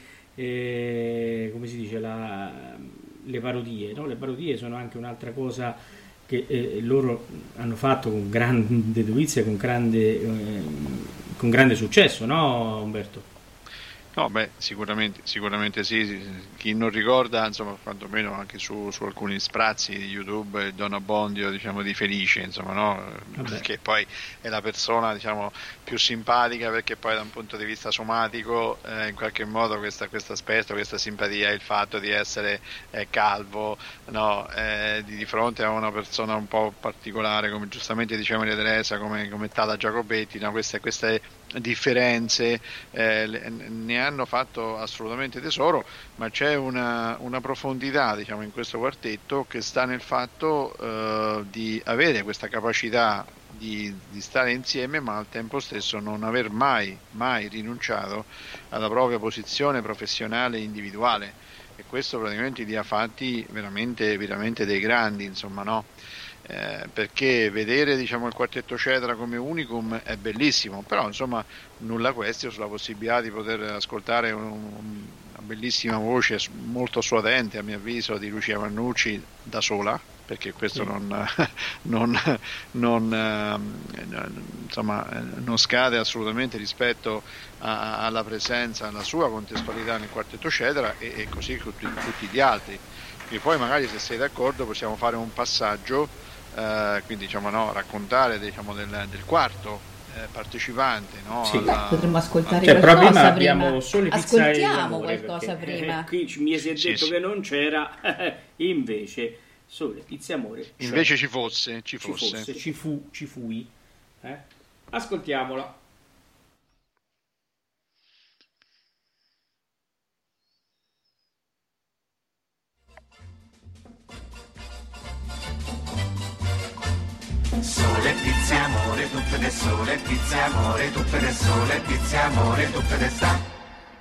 eh, come si dice la, le parodie, no? Le parodie sono anche un'altra cosa che eh, loro hanno fatto con grande dovizia, con grande, eh, con grande successo, no Umberto? No, beh, sicuramente, sicuramente sì. Chi non ricorda, insomma, quantomeno anche su, su alcuni sprazzi di YouTube, il Don Abbondio, diciamo, di Felice, insomma, no? Vabbè. Che poi è la persona, diciamo, più simpatica perché poi da un punto di vista somatico, eh, in qualche modo questo aspetto, questa simpatia, il fatto di essere eh, calvo, no? Eh, di, di fronte a una persona un po' particolare, come giustamente diceva Maria Teresa, come, come Tata Giacobetti, no? Queste, queste differenze eh, le- ne hanno fatto assolutamente tesoro, ma c'è una, una profondità, diciamo, in questo quartetto che sta nel fatto eh, di avere questa capacità di, di stare insieme, ma al tempo stesso non aver mai, mai rinunciato alla propria posizione professionale e individuale, e questo praticamente li ha fatti veramente, veramente dei grandi, insomma, no? Eh, perché vedere, diciamo, il quartetto Cetra come unicum è bellissimo, però insomma nulla questio sulla possibilità di poter ascoltare un, un, una bellissima voce molto suadente, a mio avviso, di Lucia Vannucci da sola, perché questo Sì. non, non, non, eh, insomma, non scade assolutamente rispetto a, alla presenza, alla sua contestualità nel quartetto Cetra, e, e così tutti, tutti gli altri. E poi magari, se sei d'accordo, possiamo fare un passaggio. Uh, quindi diciamo, no, raccontare, diciamo, del, del quarto eh, partecipante, no? Sì. alla- Potremmo ascoltare Cioè, però qualcosa prima prima. abbiamo solo pizza e Ascoltiamo amore, qualcosa perché, prima. eh, qui ci- mi si è Sì, detto sì. che non c'era, invece solo pizza e amore c'è. invece ci fosse, ci ci fosse. fosse, ci fu, ci fui. Eh? Ascoltiamola. Sole, amore, tutte le sole, pizza amore, tutte le sole, pizza amore, tutte le sta.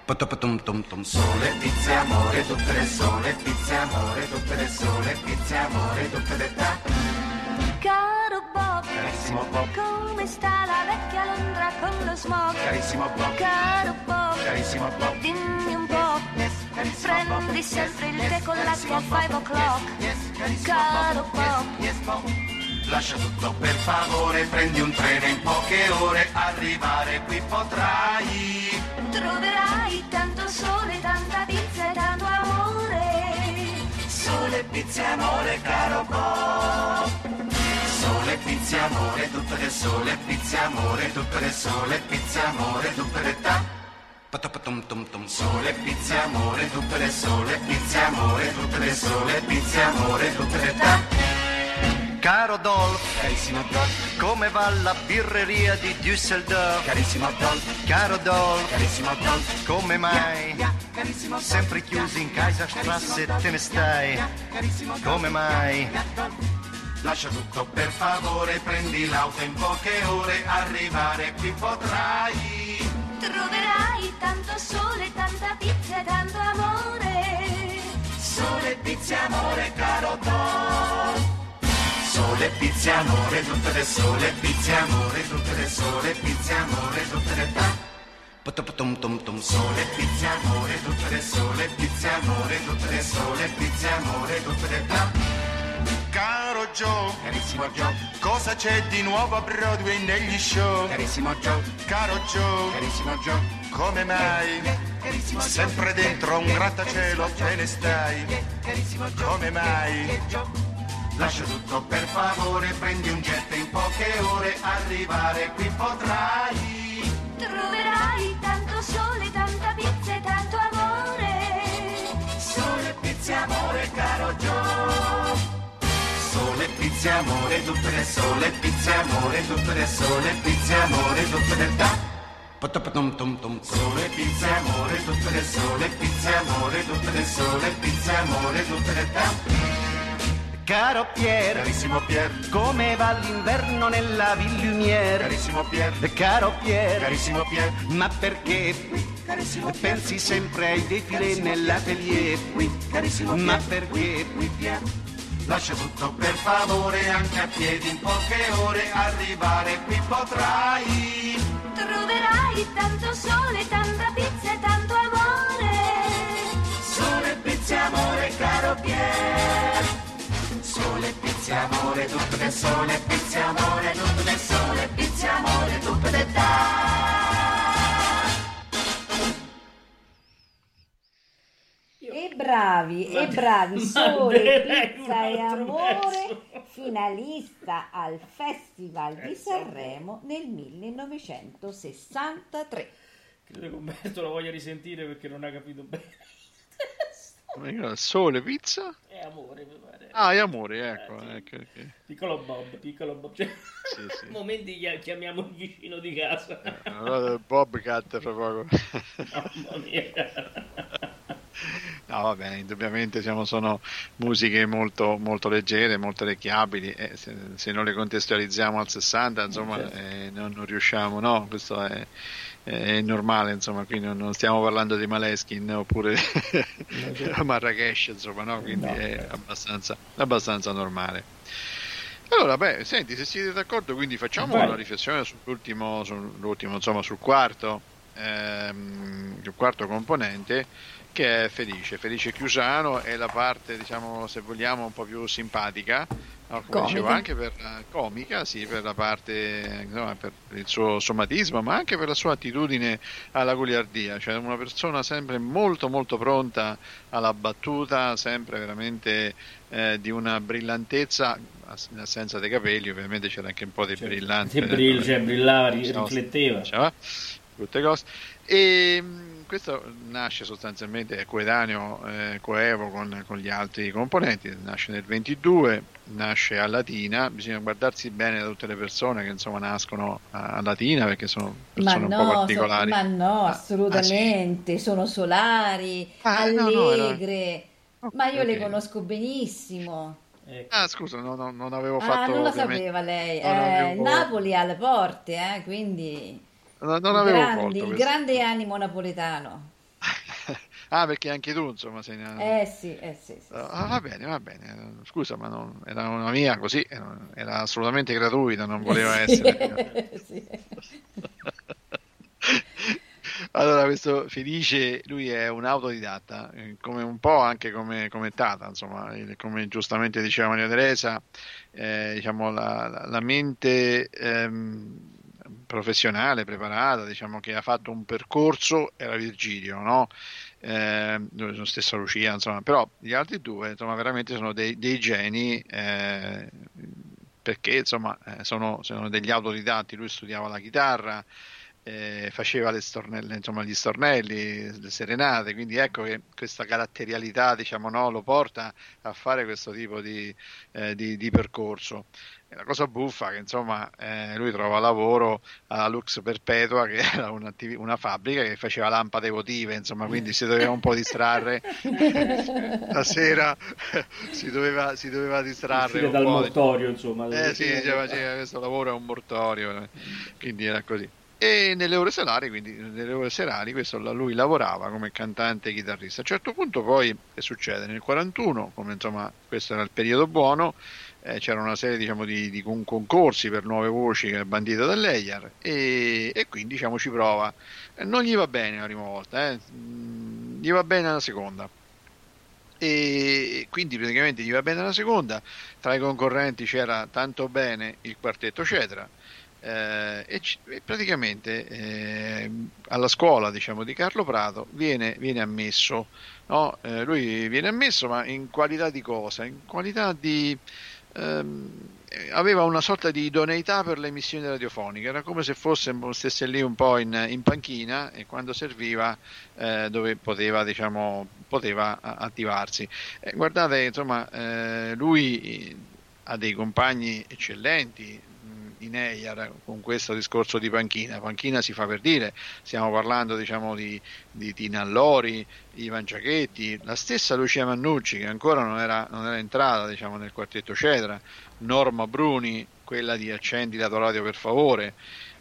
Sole, pizza amore, tutte le sole, pizza amore, tutte le sole, pizza amore, tutte le ta. Caro Bob, Carissimo Bob, come sta la vecchia Londra con lo smog? carissimo Bob, Caro Bob, carissimo Bob, dimmi un po', prendi sempre il tè con l'acqua a five o'clock. Caro Bob, yes Bob. Lascia tutto per favore, prendi un treno in poche ore, arrivare qui potrai. troverai tanto sole, tanta pizza e tanto amore. Sole, pizza e amore, caro Bob. Sole, pizza e amore, tutte le sole, pizza e amore, tutte le sole, pizza e amore, tutte le ta. Sole, pizza e amore, tutte le sole, pizza e amore, tutte le sole, pizza e amore, tutte le ta. Caro Dolph, Carissimo Dolph, come va la birreria di Düsseldorf? carissimo Dolph, Caro Dolph, carissimo Dolph, come mai? carissimo Dolph, Sempre chiusi in Kaiserstrasse te ne stai? Come mai? lascia tutto per favore, prendi l'auto in poche ore, arrivare qui potrai. Troverai tanto sole, tanta pizza e tanto amore. Sole, pizza e amore, caro Dolph. Sole, pizza e amore, tutte le sole, pizza e amore, tutte le sole, pizza e amore, tutte le ta. Sole, pizza e amore, tutte le sole, pizza e amore, tutte le sole, pizza e amore, tutte le ta. Caro Joe, Carissimo Joe, cosa c'è di nuovo a Broadway negli show? carissimo Joe, Caro Joe, carissimo Joe, come mai? carissimo Joe, Sempre dentro un grattacielo te ne stai? carissimo Joe, Come mai? lascia tutto per favore, prendi un jet in poche ore, arrivare qui potrai. Troverai tanto sole, tanta pizza e tanto amore. Sole, pizza e amore, caro Joe. Sole, pizza e amore, tutte le sole, pizza e amore, tutte le sole, pizza e amore, tutte le ta. Sole, pizza e amore, tutte le sole, pizza e amore, tutte le sole, pizza e amore, tutte le ta. Caro Pier, Carissimo Pier, come va l'inverno nella Ville Lumière? carissimo Pier, Caro Pier, carissimo Pier, ma perché carissimo Pier, pensi sempre ai defilé nell'atelier? carissimo Ma Pier, perché? Pier. Lascia tutto per favore, anche a piedi in poche ore, arrivare qui potrai. Troverai tanto sole, tanta pizza e tanto amore. Sole, pizza e amore, caro Pier. Sole, pizza e amore, tutte le sole, pizza e amore, tutte le sole, pizza e amore, tutte le E bravi, e bravi, sole, pizza e amore, finalista al Festival di Sanremo nel millenovecentosessantatré. Credo che Umberto lo voglia risentire perché non ha capito bene. Sole, pizza? È amore, mi pare. Ah, è amore, ecco. Eh, sì. ecco, ok. Piccolo Bob, piccolo Bob. Cioè, Sì, sì. momenti che chiamiamo il vicino di casa. Allora, Bobcat fra poco. Mamma mia. No, vabbè, indubbiamente siamo, sono musiche molto, molto leggere, molto orecchiabili, e se, se non le contestualizziamo al sessanta, insomma, Certo. eh, non, non riusciamo, no, questo è, è normale, insomma, qui non, non stiamo parlando di Maleskin oppure Marrakesh, insomma, no, quindi No, è certo. abbastanza, abbastanza normale. Allora, beh, senti, se siete d'accordo, quindi facciamo Vai. una riflessione sull'ultimo, sull'ultimo, insomma, sul quarto, ehm, sul quarto componente, che è Felice. Felice Chiusano è la parte, diciamo, se vogliamo, un po' più simpatica, no? Come Comica. dicevo, anche per la comica, sì, per la parte, insomma, per il suo somatismo, ma anche per la sua attitudine alla goliardia, cioè una persona sempre molto molto pronta alla battuta, sempre veramente eh, di una brillantezza, in assenza dei capelli, ovviamente c'era anche un po' di Cioè, brillante, che brill- cioè, brillava, ri- Diciamo, rifletteva. diciamo, tutte cose. E mh, questo nasce sostanzialmente, è coetaneo, eh, coevo con, con gli altri componenti, nasce nel ventidue, nasce a Latina, bisogna guardarsi bene da tutte le persone che insomma nascono a, a Latina, perché sono Ma persone un po' no, so- particolari. ma no, Ah, assolutamente, sono solari, Ah, no, no, era- allegre, ma io le ok. conosco benissimo. Ecco. Ah, scusa, no, no, non avevo Ah, fatto non lo ovviamente. sapeva lei. Non Eh, avevo, Napoli è alle porte, eh, quindi no- non i avevo grandi, colto il questo. grande animo napoletano. Ah, perché anche tu, insomma, sei una- Eh sì, eh sì, sì, sì. Ah, va bene, va bene. Scusa, ma non- era una mia così, era era assolutamente gratuita, non voleva Sì, essere. sì. Allora, questo Felice, lui è un autodidatta, eh, come un po' anche come, come Tata, insomma, eh, come giustamente diceva Maria Teresa, eh, diciamo, la, la- la mente ehm, professionale, preparata, diciamo, che ha fatto un percorso era Virgilio, no? Eh, lo stesso Lucia, insomma, però gli altri due, insomma, veramente sono dei, dei geni, eh, perché, insomma, eh, sono, sono degli autodidatti. Lui studiava la chitarra, eh, faceva le stornelle, insomma, gli stornelli, le serenate, quindi ecco che questa caratterialità, diciamo, no, lo porta a fare questo tipo di, eh, di, di percorso. E la cosa buffa è che, insomma, eh, lui trova lavoro alla Lux Perpetua, che era un'attivi- una fabbrica che faceva lampade votive, insomma, quindi si doveva un po' distrarre la sera, si doveva, si doveva distrarre Uscire un dal po'. mortorio, insomma. Eh sì, diceva, diceva, questo lavoro è un mortorio, eh. Quindi era così. E nelle ore serali, quindi nelle ore serali, questo, la- lui lavorava come cantante e chitarrista. A un certo punto poi che succede? Nel quarantuno, come insomma questo era il periodo buono, eh, c'era una serie, diciamo, di, di con- concorsi per nuove voci che è bandita dall'E I A R, e, e quindi, diciamo, ci prova. Eh, non gli va bene la prima volta, eh. Mm, gli va bene la seconda. E quindi praticamente gli va bene la seconda. Tra i concorrenti c'era Tanto Bene, il quartetto Cetra, eh, e, c- e praticamente eh, alla scuola, diciamo, di Carlo Prato viene, viene ammesso, no? Eh, lui viene ammesso, ma in qualità di cosa? In qualità di ehm, eh, aveva una sorta di idoneità per le emissioni radiofoniche, era come se fosse stesse lì un po' in, in panchina, e quando serviva, eh, dove poteva, diciamo, poteva a- attivarsi. Eh, guardate, insomma, eh, lui ha dei compagni eccellenti mh, in E I A R, con questo discorso di panchina. Panchina si fa per dire, stiamo parlando, diciamo, di, di Tina Allori, Ivan Giachetti, la stessa Lucia Mannucci, che ancora non era, non era entrata, diciamo, nel quartetto Cetra, Norma Bruni, quella di Accendi la tua radio per favore,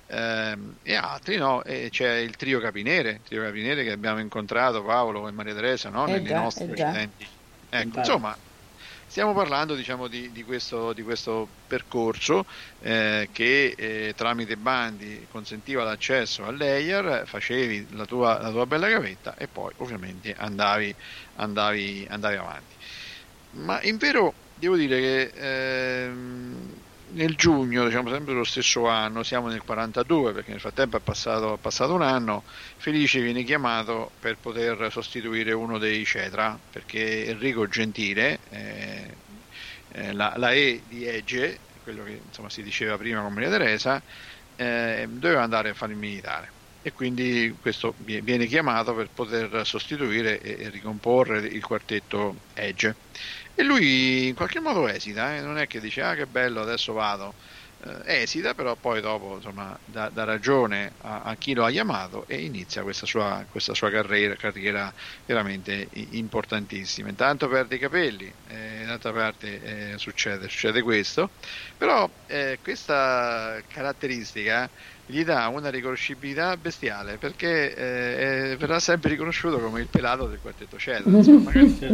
ehm, e altri, no? E c'è il trio Capinere, il trio Capinere che abbiamo incontrato, Paolo e Maria Teresa, no? Eh Nelle già, nostre eh già. precedenti. Ecco, Beh. insomma, stiamo parlando, diciamo, di, di questo, di questo percorso, eh, che eh, tramite bandi consentiva l'accesso all'E I A R, facevi la tua, la tua bella gavetta e poi ovviamente andavi, andavi, andavi avanti. Ma in vero devo dire che ehm, nel giugno, diciamo sempre dello stesso anno, siamo nel quarantadue, perché nel frattempo è passato, è passato un anno, Felice viene chiamato per poter sostituire uno dei Cetra, perché Enrico Gentile, eh, eh, la, la E di Ege, quello che, insomma, si diceva prima con Maria Teresa, eh, doveva andare a fare il militare. E quindi questo vie- viene chiamato per poter sostituire e, e ricomporre il quartetto Ege. E lui in qualche modo esita, eh, non è che dice ah che bello adesso vado, eh, esita, però poi dopo, insomma, dà, dà ragione a, a chi lo ha chiamato e inizia questa sua, questa sua carriera, carriera veramente i- importantissima. Intanto perde i capelli, eh, d'altra parte eh, succede, succede questo, però eh, questa caratteristica gli dà una riconoscibilità bestiale, perché eh, eh, verrà sempre riconosciuto come il pelato del quartetto Cetra, insomma.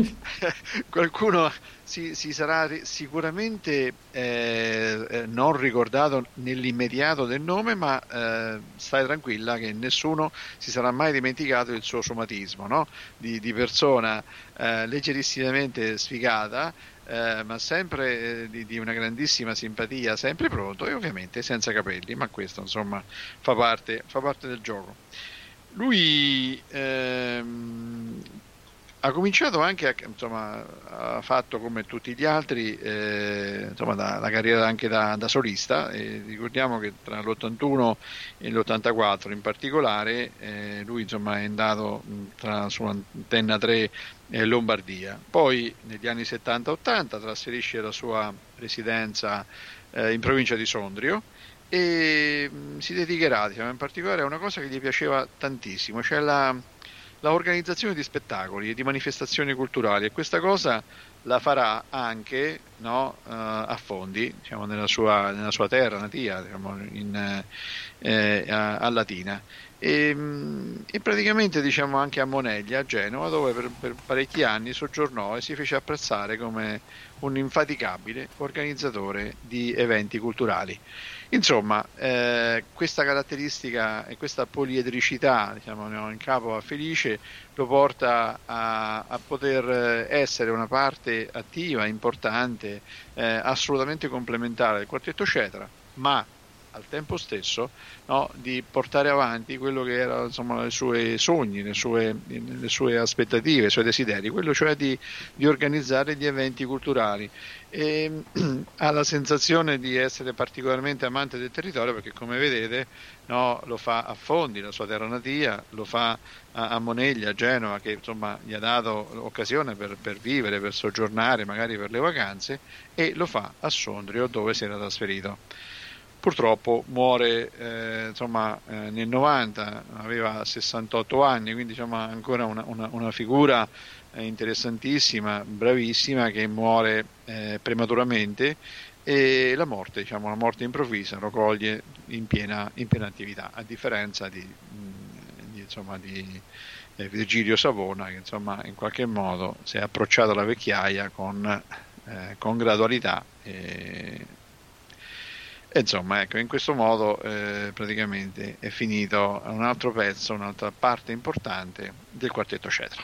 Qualcuno si, si sarà ri- sicuramente eh, eh, non ricordato nell'immediato del nome, ma eh, stai tranquilla che nessuno si sarà mai dimenticato il suo somatismo, no? di, di persona eh, leggerissimamente sfigata, eh, ma sempre eh, di, di una grandissima simpatia, sempre pronto, e ovviamente senza capelli, ma questo, insomma, fa parte, fa parte del gioco. Lui ehm, ha cominciato anche a, insomma, ha fatto come tutti gli altri, eh, insomma, da, la carriera anche da, da solista, e ricordiamo che tra l'ottantuno e l'ottantaquattro in particolare, eh, lui, insomma, è andato mh, tra, su Antenna tre e Lombardia. Poi negli anni settanta ottanta trasferisce la sua residenza eh, in provincia di Sondrio, e mh, si dedicherà, diciamo, in particolare a una cosa che gli piaceva tantissimo, cioè la, la organizzazione di spettacoli e di manifestazioni culturali, e questa cosa la farà anche, no, uh, a Fondi, diciamo, nella sua, nella sua terra natia, diciamo, in, eh, a, a Latina. E, e praticamente, diciamo, anche a Moneglia, a Genova, dove per, per parecchi anni soggiornò e si fece apprezzare come un infaticabile organizzatore di eventi culturali. Insomma, eh, questa caratteristica e questa poliedricità, diciamo, in capo a Felice lo porta a, a poter essere una parte attiva, importante, eh, assolutamente complementare del Quartetto Cetra, ma al tempo stesso, no, di portare avanti quello che erano, insomma, i suoi sogni, le sue, le sue aspettative, i suoi desideri, quello cioè di, di organizzare gli eventi culturali. E ha la sensazione di essere particolarmente amante del territorio perché, come vedete, no, lo fa a Fondi, la sua terra natia, lo fa a, a Moneglia, a Genova, che insomma gli ha dato l'occasione per, per vivere, per soggiornare, magari per le vacanze, e lo fa a Sondrio, dove si era trasferito. Purtroppo muore eh, insomma, eh, nel novanta, aveva sessantotto anni, quindi insomma ancora una, una, una figura eh, interessantissima, bravissima, che muore eh, prematuramente, e la morte, diciamo, la morte improvvisa lo coglie in piena, in piena attività, a differenza di, di, insomma, di eh, Virgilio Savona, che insomma in qualche modo si è approcciato alla vecchiaia con, eh, con gradualità. E, E insomma, ecco, in questo modo eh, praticamente è finito un altro pezzo, un'altra parte importante del Quartetto Cetra.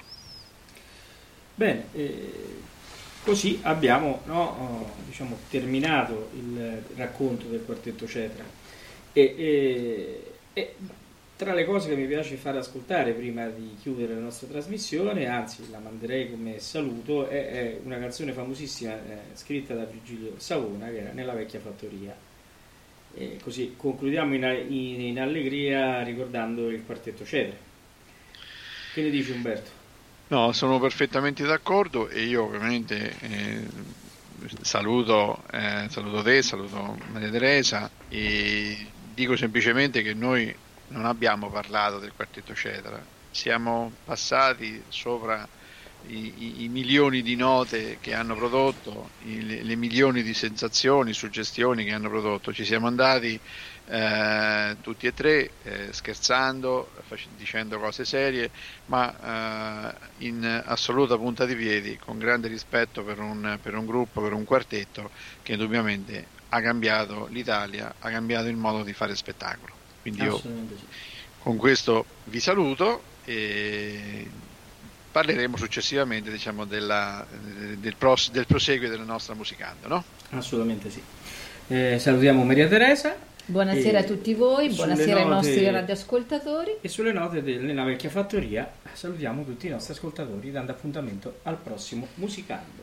Bene, eh, così abbiamo, no, diciamo, terminato il racconto del Quartetto Cetra. E, e, e tra le cose che mi piace fare ascoltare prima di chiudere la nostra trasmissione, anzi la manderei come saluto, è, è una canzone famosissima eh, scritta da Virgilio Savona, che era Nella vecchia fattoria. E così concludiamo in, in, in allegria ricordando il Quartetto Cetra. Che ne dici, Umberto? No, sono perfettamente d'accordo, e io ovviamente eh, saluto, eh, saluto te, saluto Maria Teresa, e dico semplicemente che noi non abbiamo parlato del Quartetto Cetra, siamo passati sopra I, i, i milioni di note che hanno prodotto, i, le, le milioni di sensazioni, suggestioni che hanno prodotto. Ci siamo andati eh, tutti e tre eh, scherzando, fac- dicendo cose serie, ma eh, in assoluta punta di piedi, con grande rispetto per un, per un gruppo, per un quartetto che indubbiamente ha cambiato l'Italia, ha cambiato il modo di fare spettacolo. Quindi io sì. Con questo vi saluto e parleremo successivamente, diciamo, della, del, pros, del proseguio della nostra Musicando, no? Assolutamente sì. Eh, salutiamo Maria Teresa. Buonasera a tutti voi, buonasera note, ai nostri radioascoltatori. E sulle note della vecchia fattoria salutiamo tutti i nostri ascoltatori, dando appuntamento al prossimo Musicando.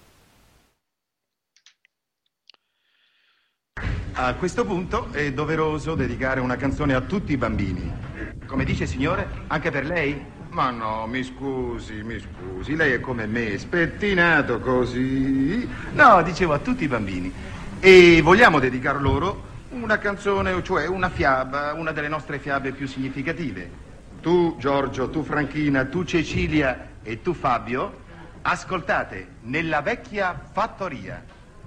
A questo punto è doveroso dedicare una canzone a tutti i bambini. Come dice, signore? Anche per lei? Ma no, mi scusi, mi scusi, lei è come me, spettinato così. No, dicevo a tutti i bambini. E vogliamo dedicar loro una canzone, cioè una fiaba, una delle nostre fiabe più significative. Tu, Giorgio, tu, Franchina, tu, Cecilia e tu, Fabio, ascoltate Nella vecchia fattoria.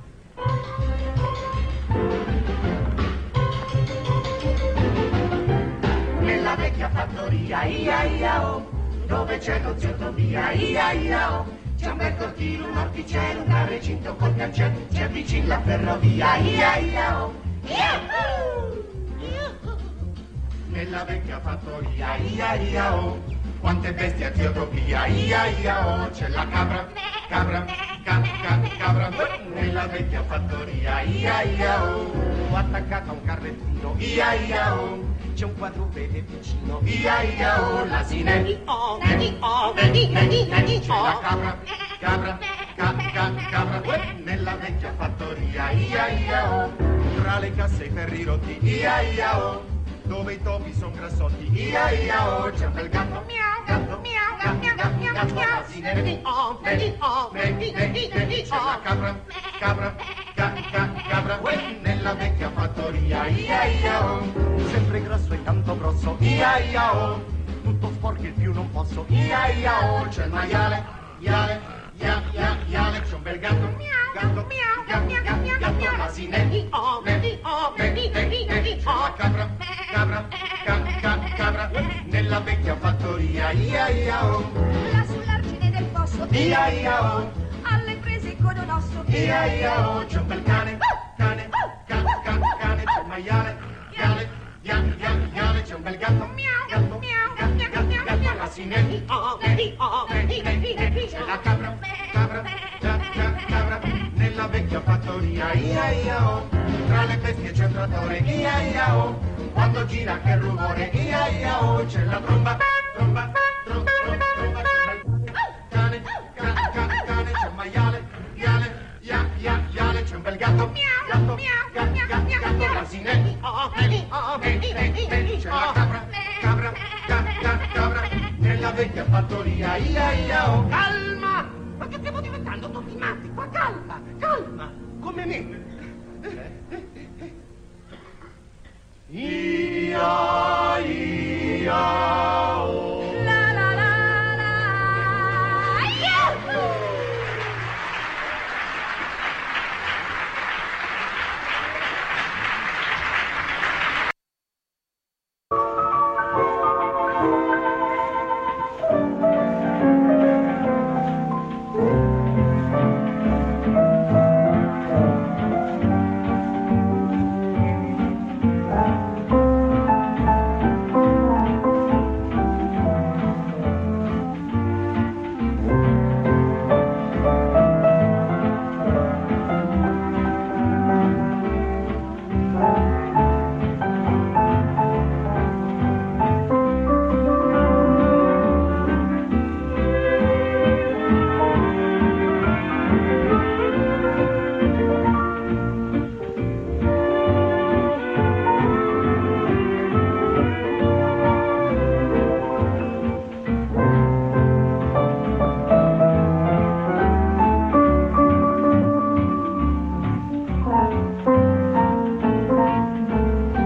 Nella vecchia fattoria, ia ia oh, dove c'è lo zio Tobia, ia ia oh, c'è un bel cortile, un orticello, un carrecinto col cancello, c'è vicino la ferrovia, ia ia oh, Yahoo! Nella vecchia fattoria, ia ia oh, quante bestie a zio Tobia, ia ia oh, c'è la cabra, cabra, ca, ca, cabra, nella vecchia fattoria, ia ia oh, attaccata a un carrettino, ia ia oh, c'è un quadrupede vicino, ia ia oh, l'asine, oh, nani, oh, nani, nani, nani, c'è la cabra, cabra, ca, ca, cabra, nella vecchia fattoria, ia ia oh, tra le casse e i ferri rotti, ia ia oh, dove i topi son grassotti, ia ia oh, c'è un bel gatto, miau, gatto, miau, gatto, gatto, gatto, gatto, l'asine, nani, oh, nani, oh, nani, nani, nani, c'è la cabra, cabra, ca, ca, cabra, nella vecchia fattoria, ia ia oh, sempre grosso e tanto grosso, ia ia oh, tutto sporco il più non posso, ia ia oh, c'è il maiale, iale, ia ia iale, c'è un bel gatto, gatto, gatto, gatto, gatto, l'asinello, oh, vedi, oh, vedi, vedi, vedi, oh, capra, capra, capra, capra, nella vecchia fattoria, ia, ia, oh, là sull'argine del fosso, ia, ia, oh, alle prese con un osso, ia, ia, oh, c'è un bel cane, cane, cane, cane, cane, c'è un maiale, maiale, maiale, maiale, maiale, c'è un bel gatto, gatto, gatto, gatto, gatto, l'asinello, oh, vedi, oh, vedi, vedi, vedi, c'è la capra, capra, capra, capra, nella vecchia fattoria, ia, ia, oh, tra le bestie c'è un trattore, ia, ia, oh, quando gira che rumore, ia, ia, oh, c'è la tromba, tromba, tromba, tromba, tromba, cane, cane, cane, cane, c'è un maiale, maiale, ia, ia, iale, c'è un bel gatto, gatto, gatto, gatto, gatto, l'asinello, oh, vedi, oh, vedi, vedi, vedi, c'è la capra, capra, capra, capra, nella vecchia fattoria, ia, ia, oh, calma, ma che stiamo diventando tutti matti, ma calma, calma, come me. Ia, ia, oh. la la la la, yahoo!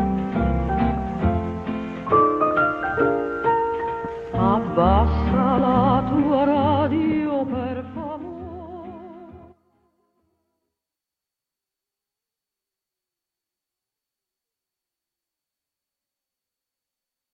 Abbassa la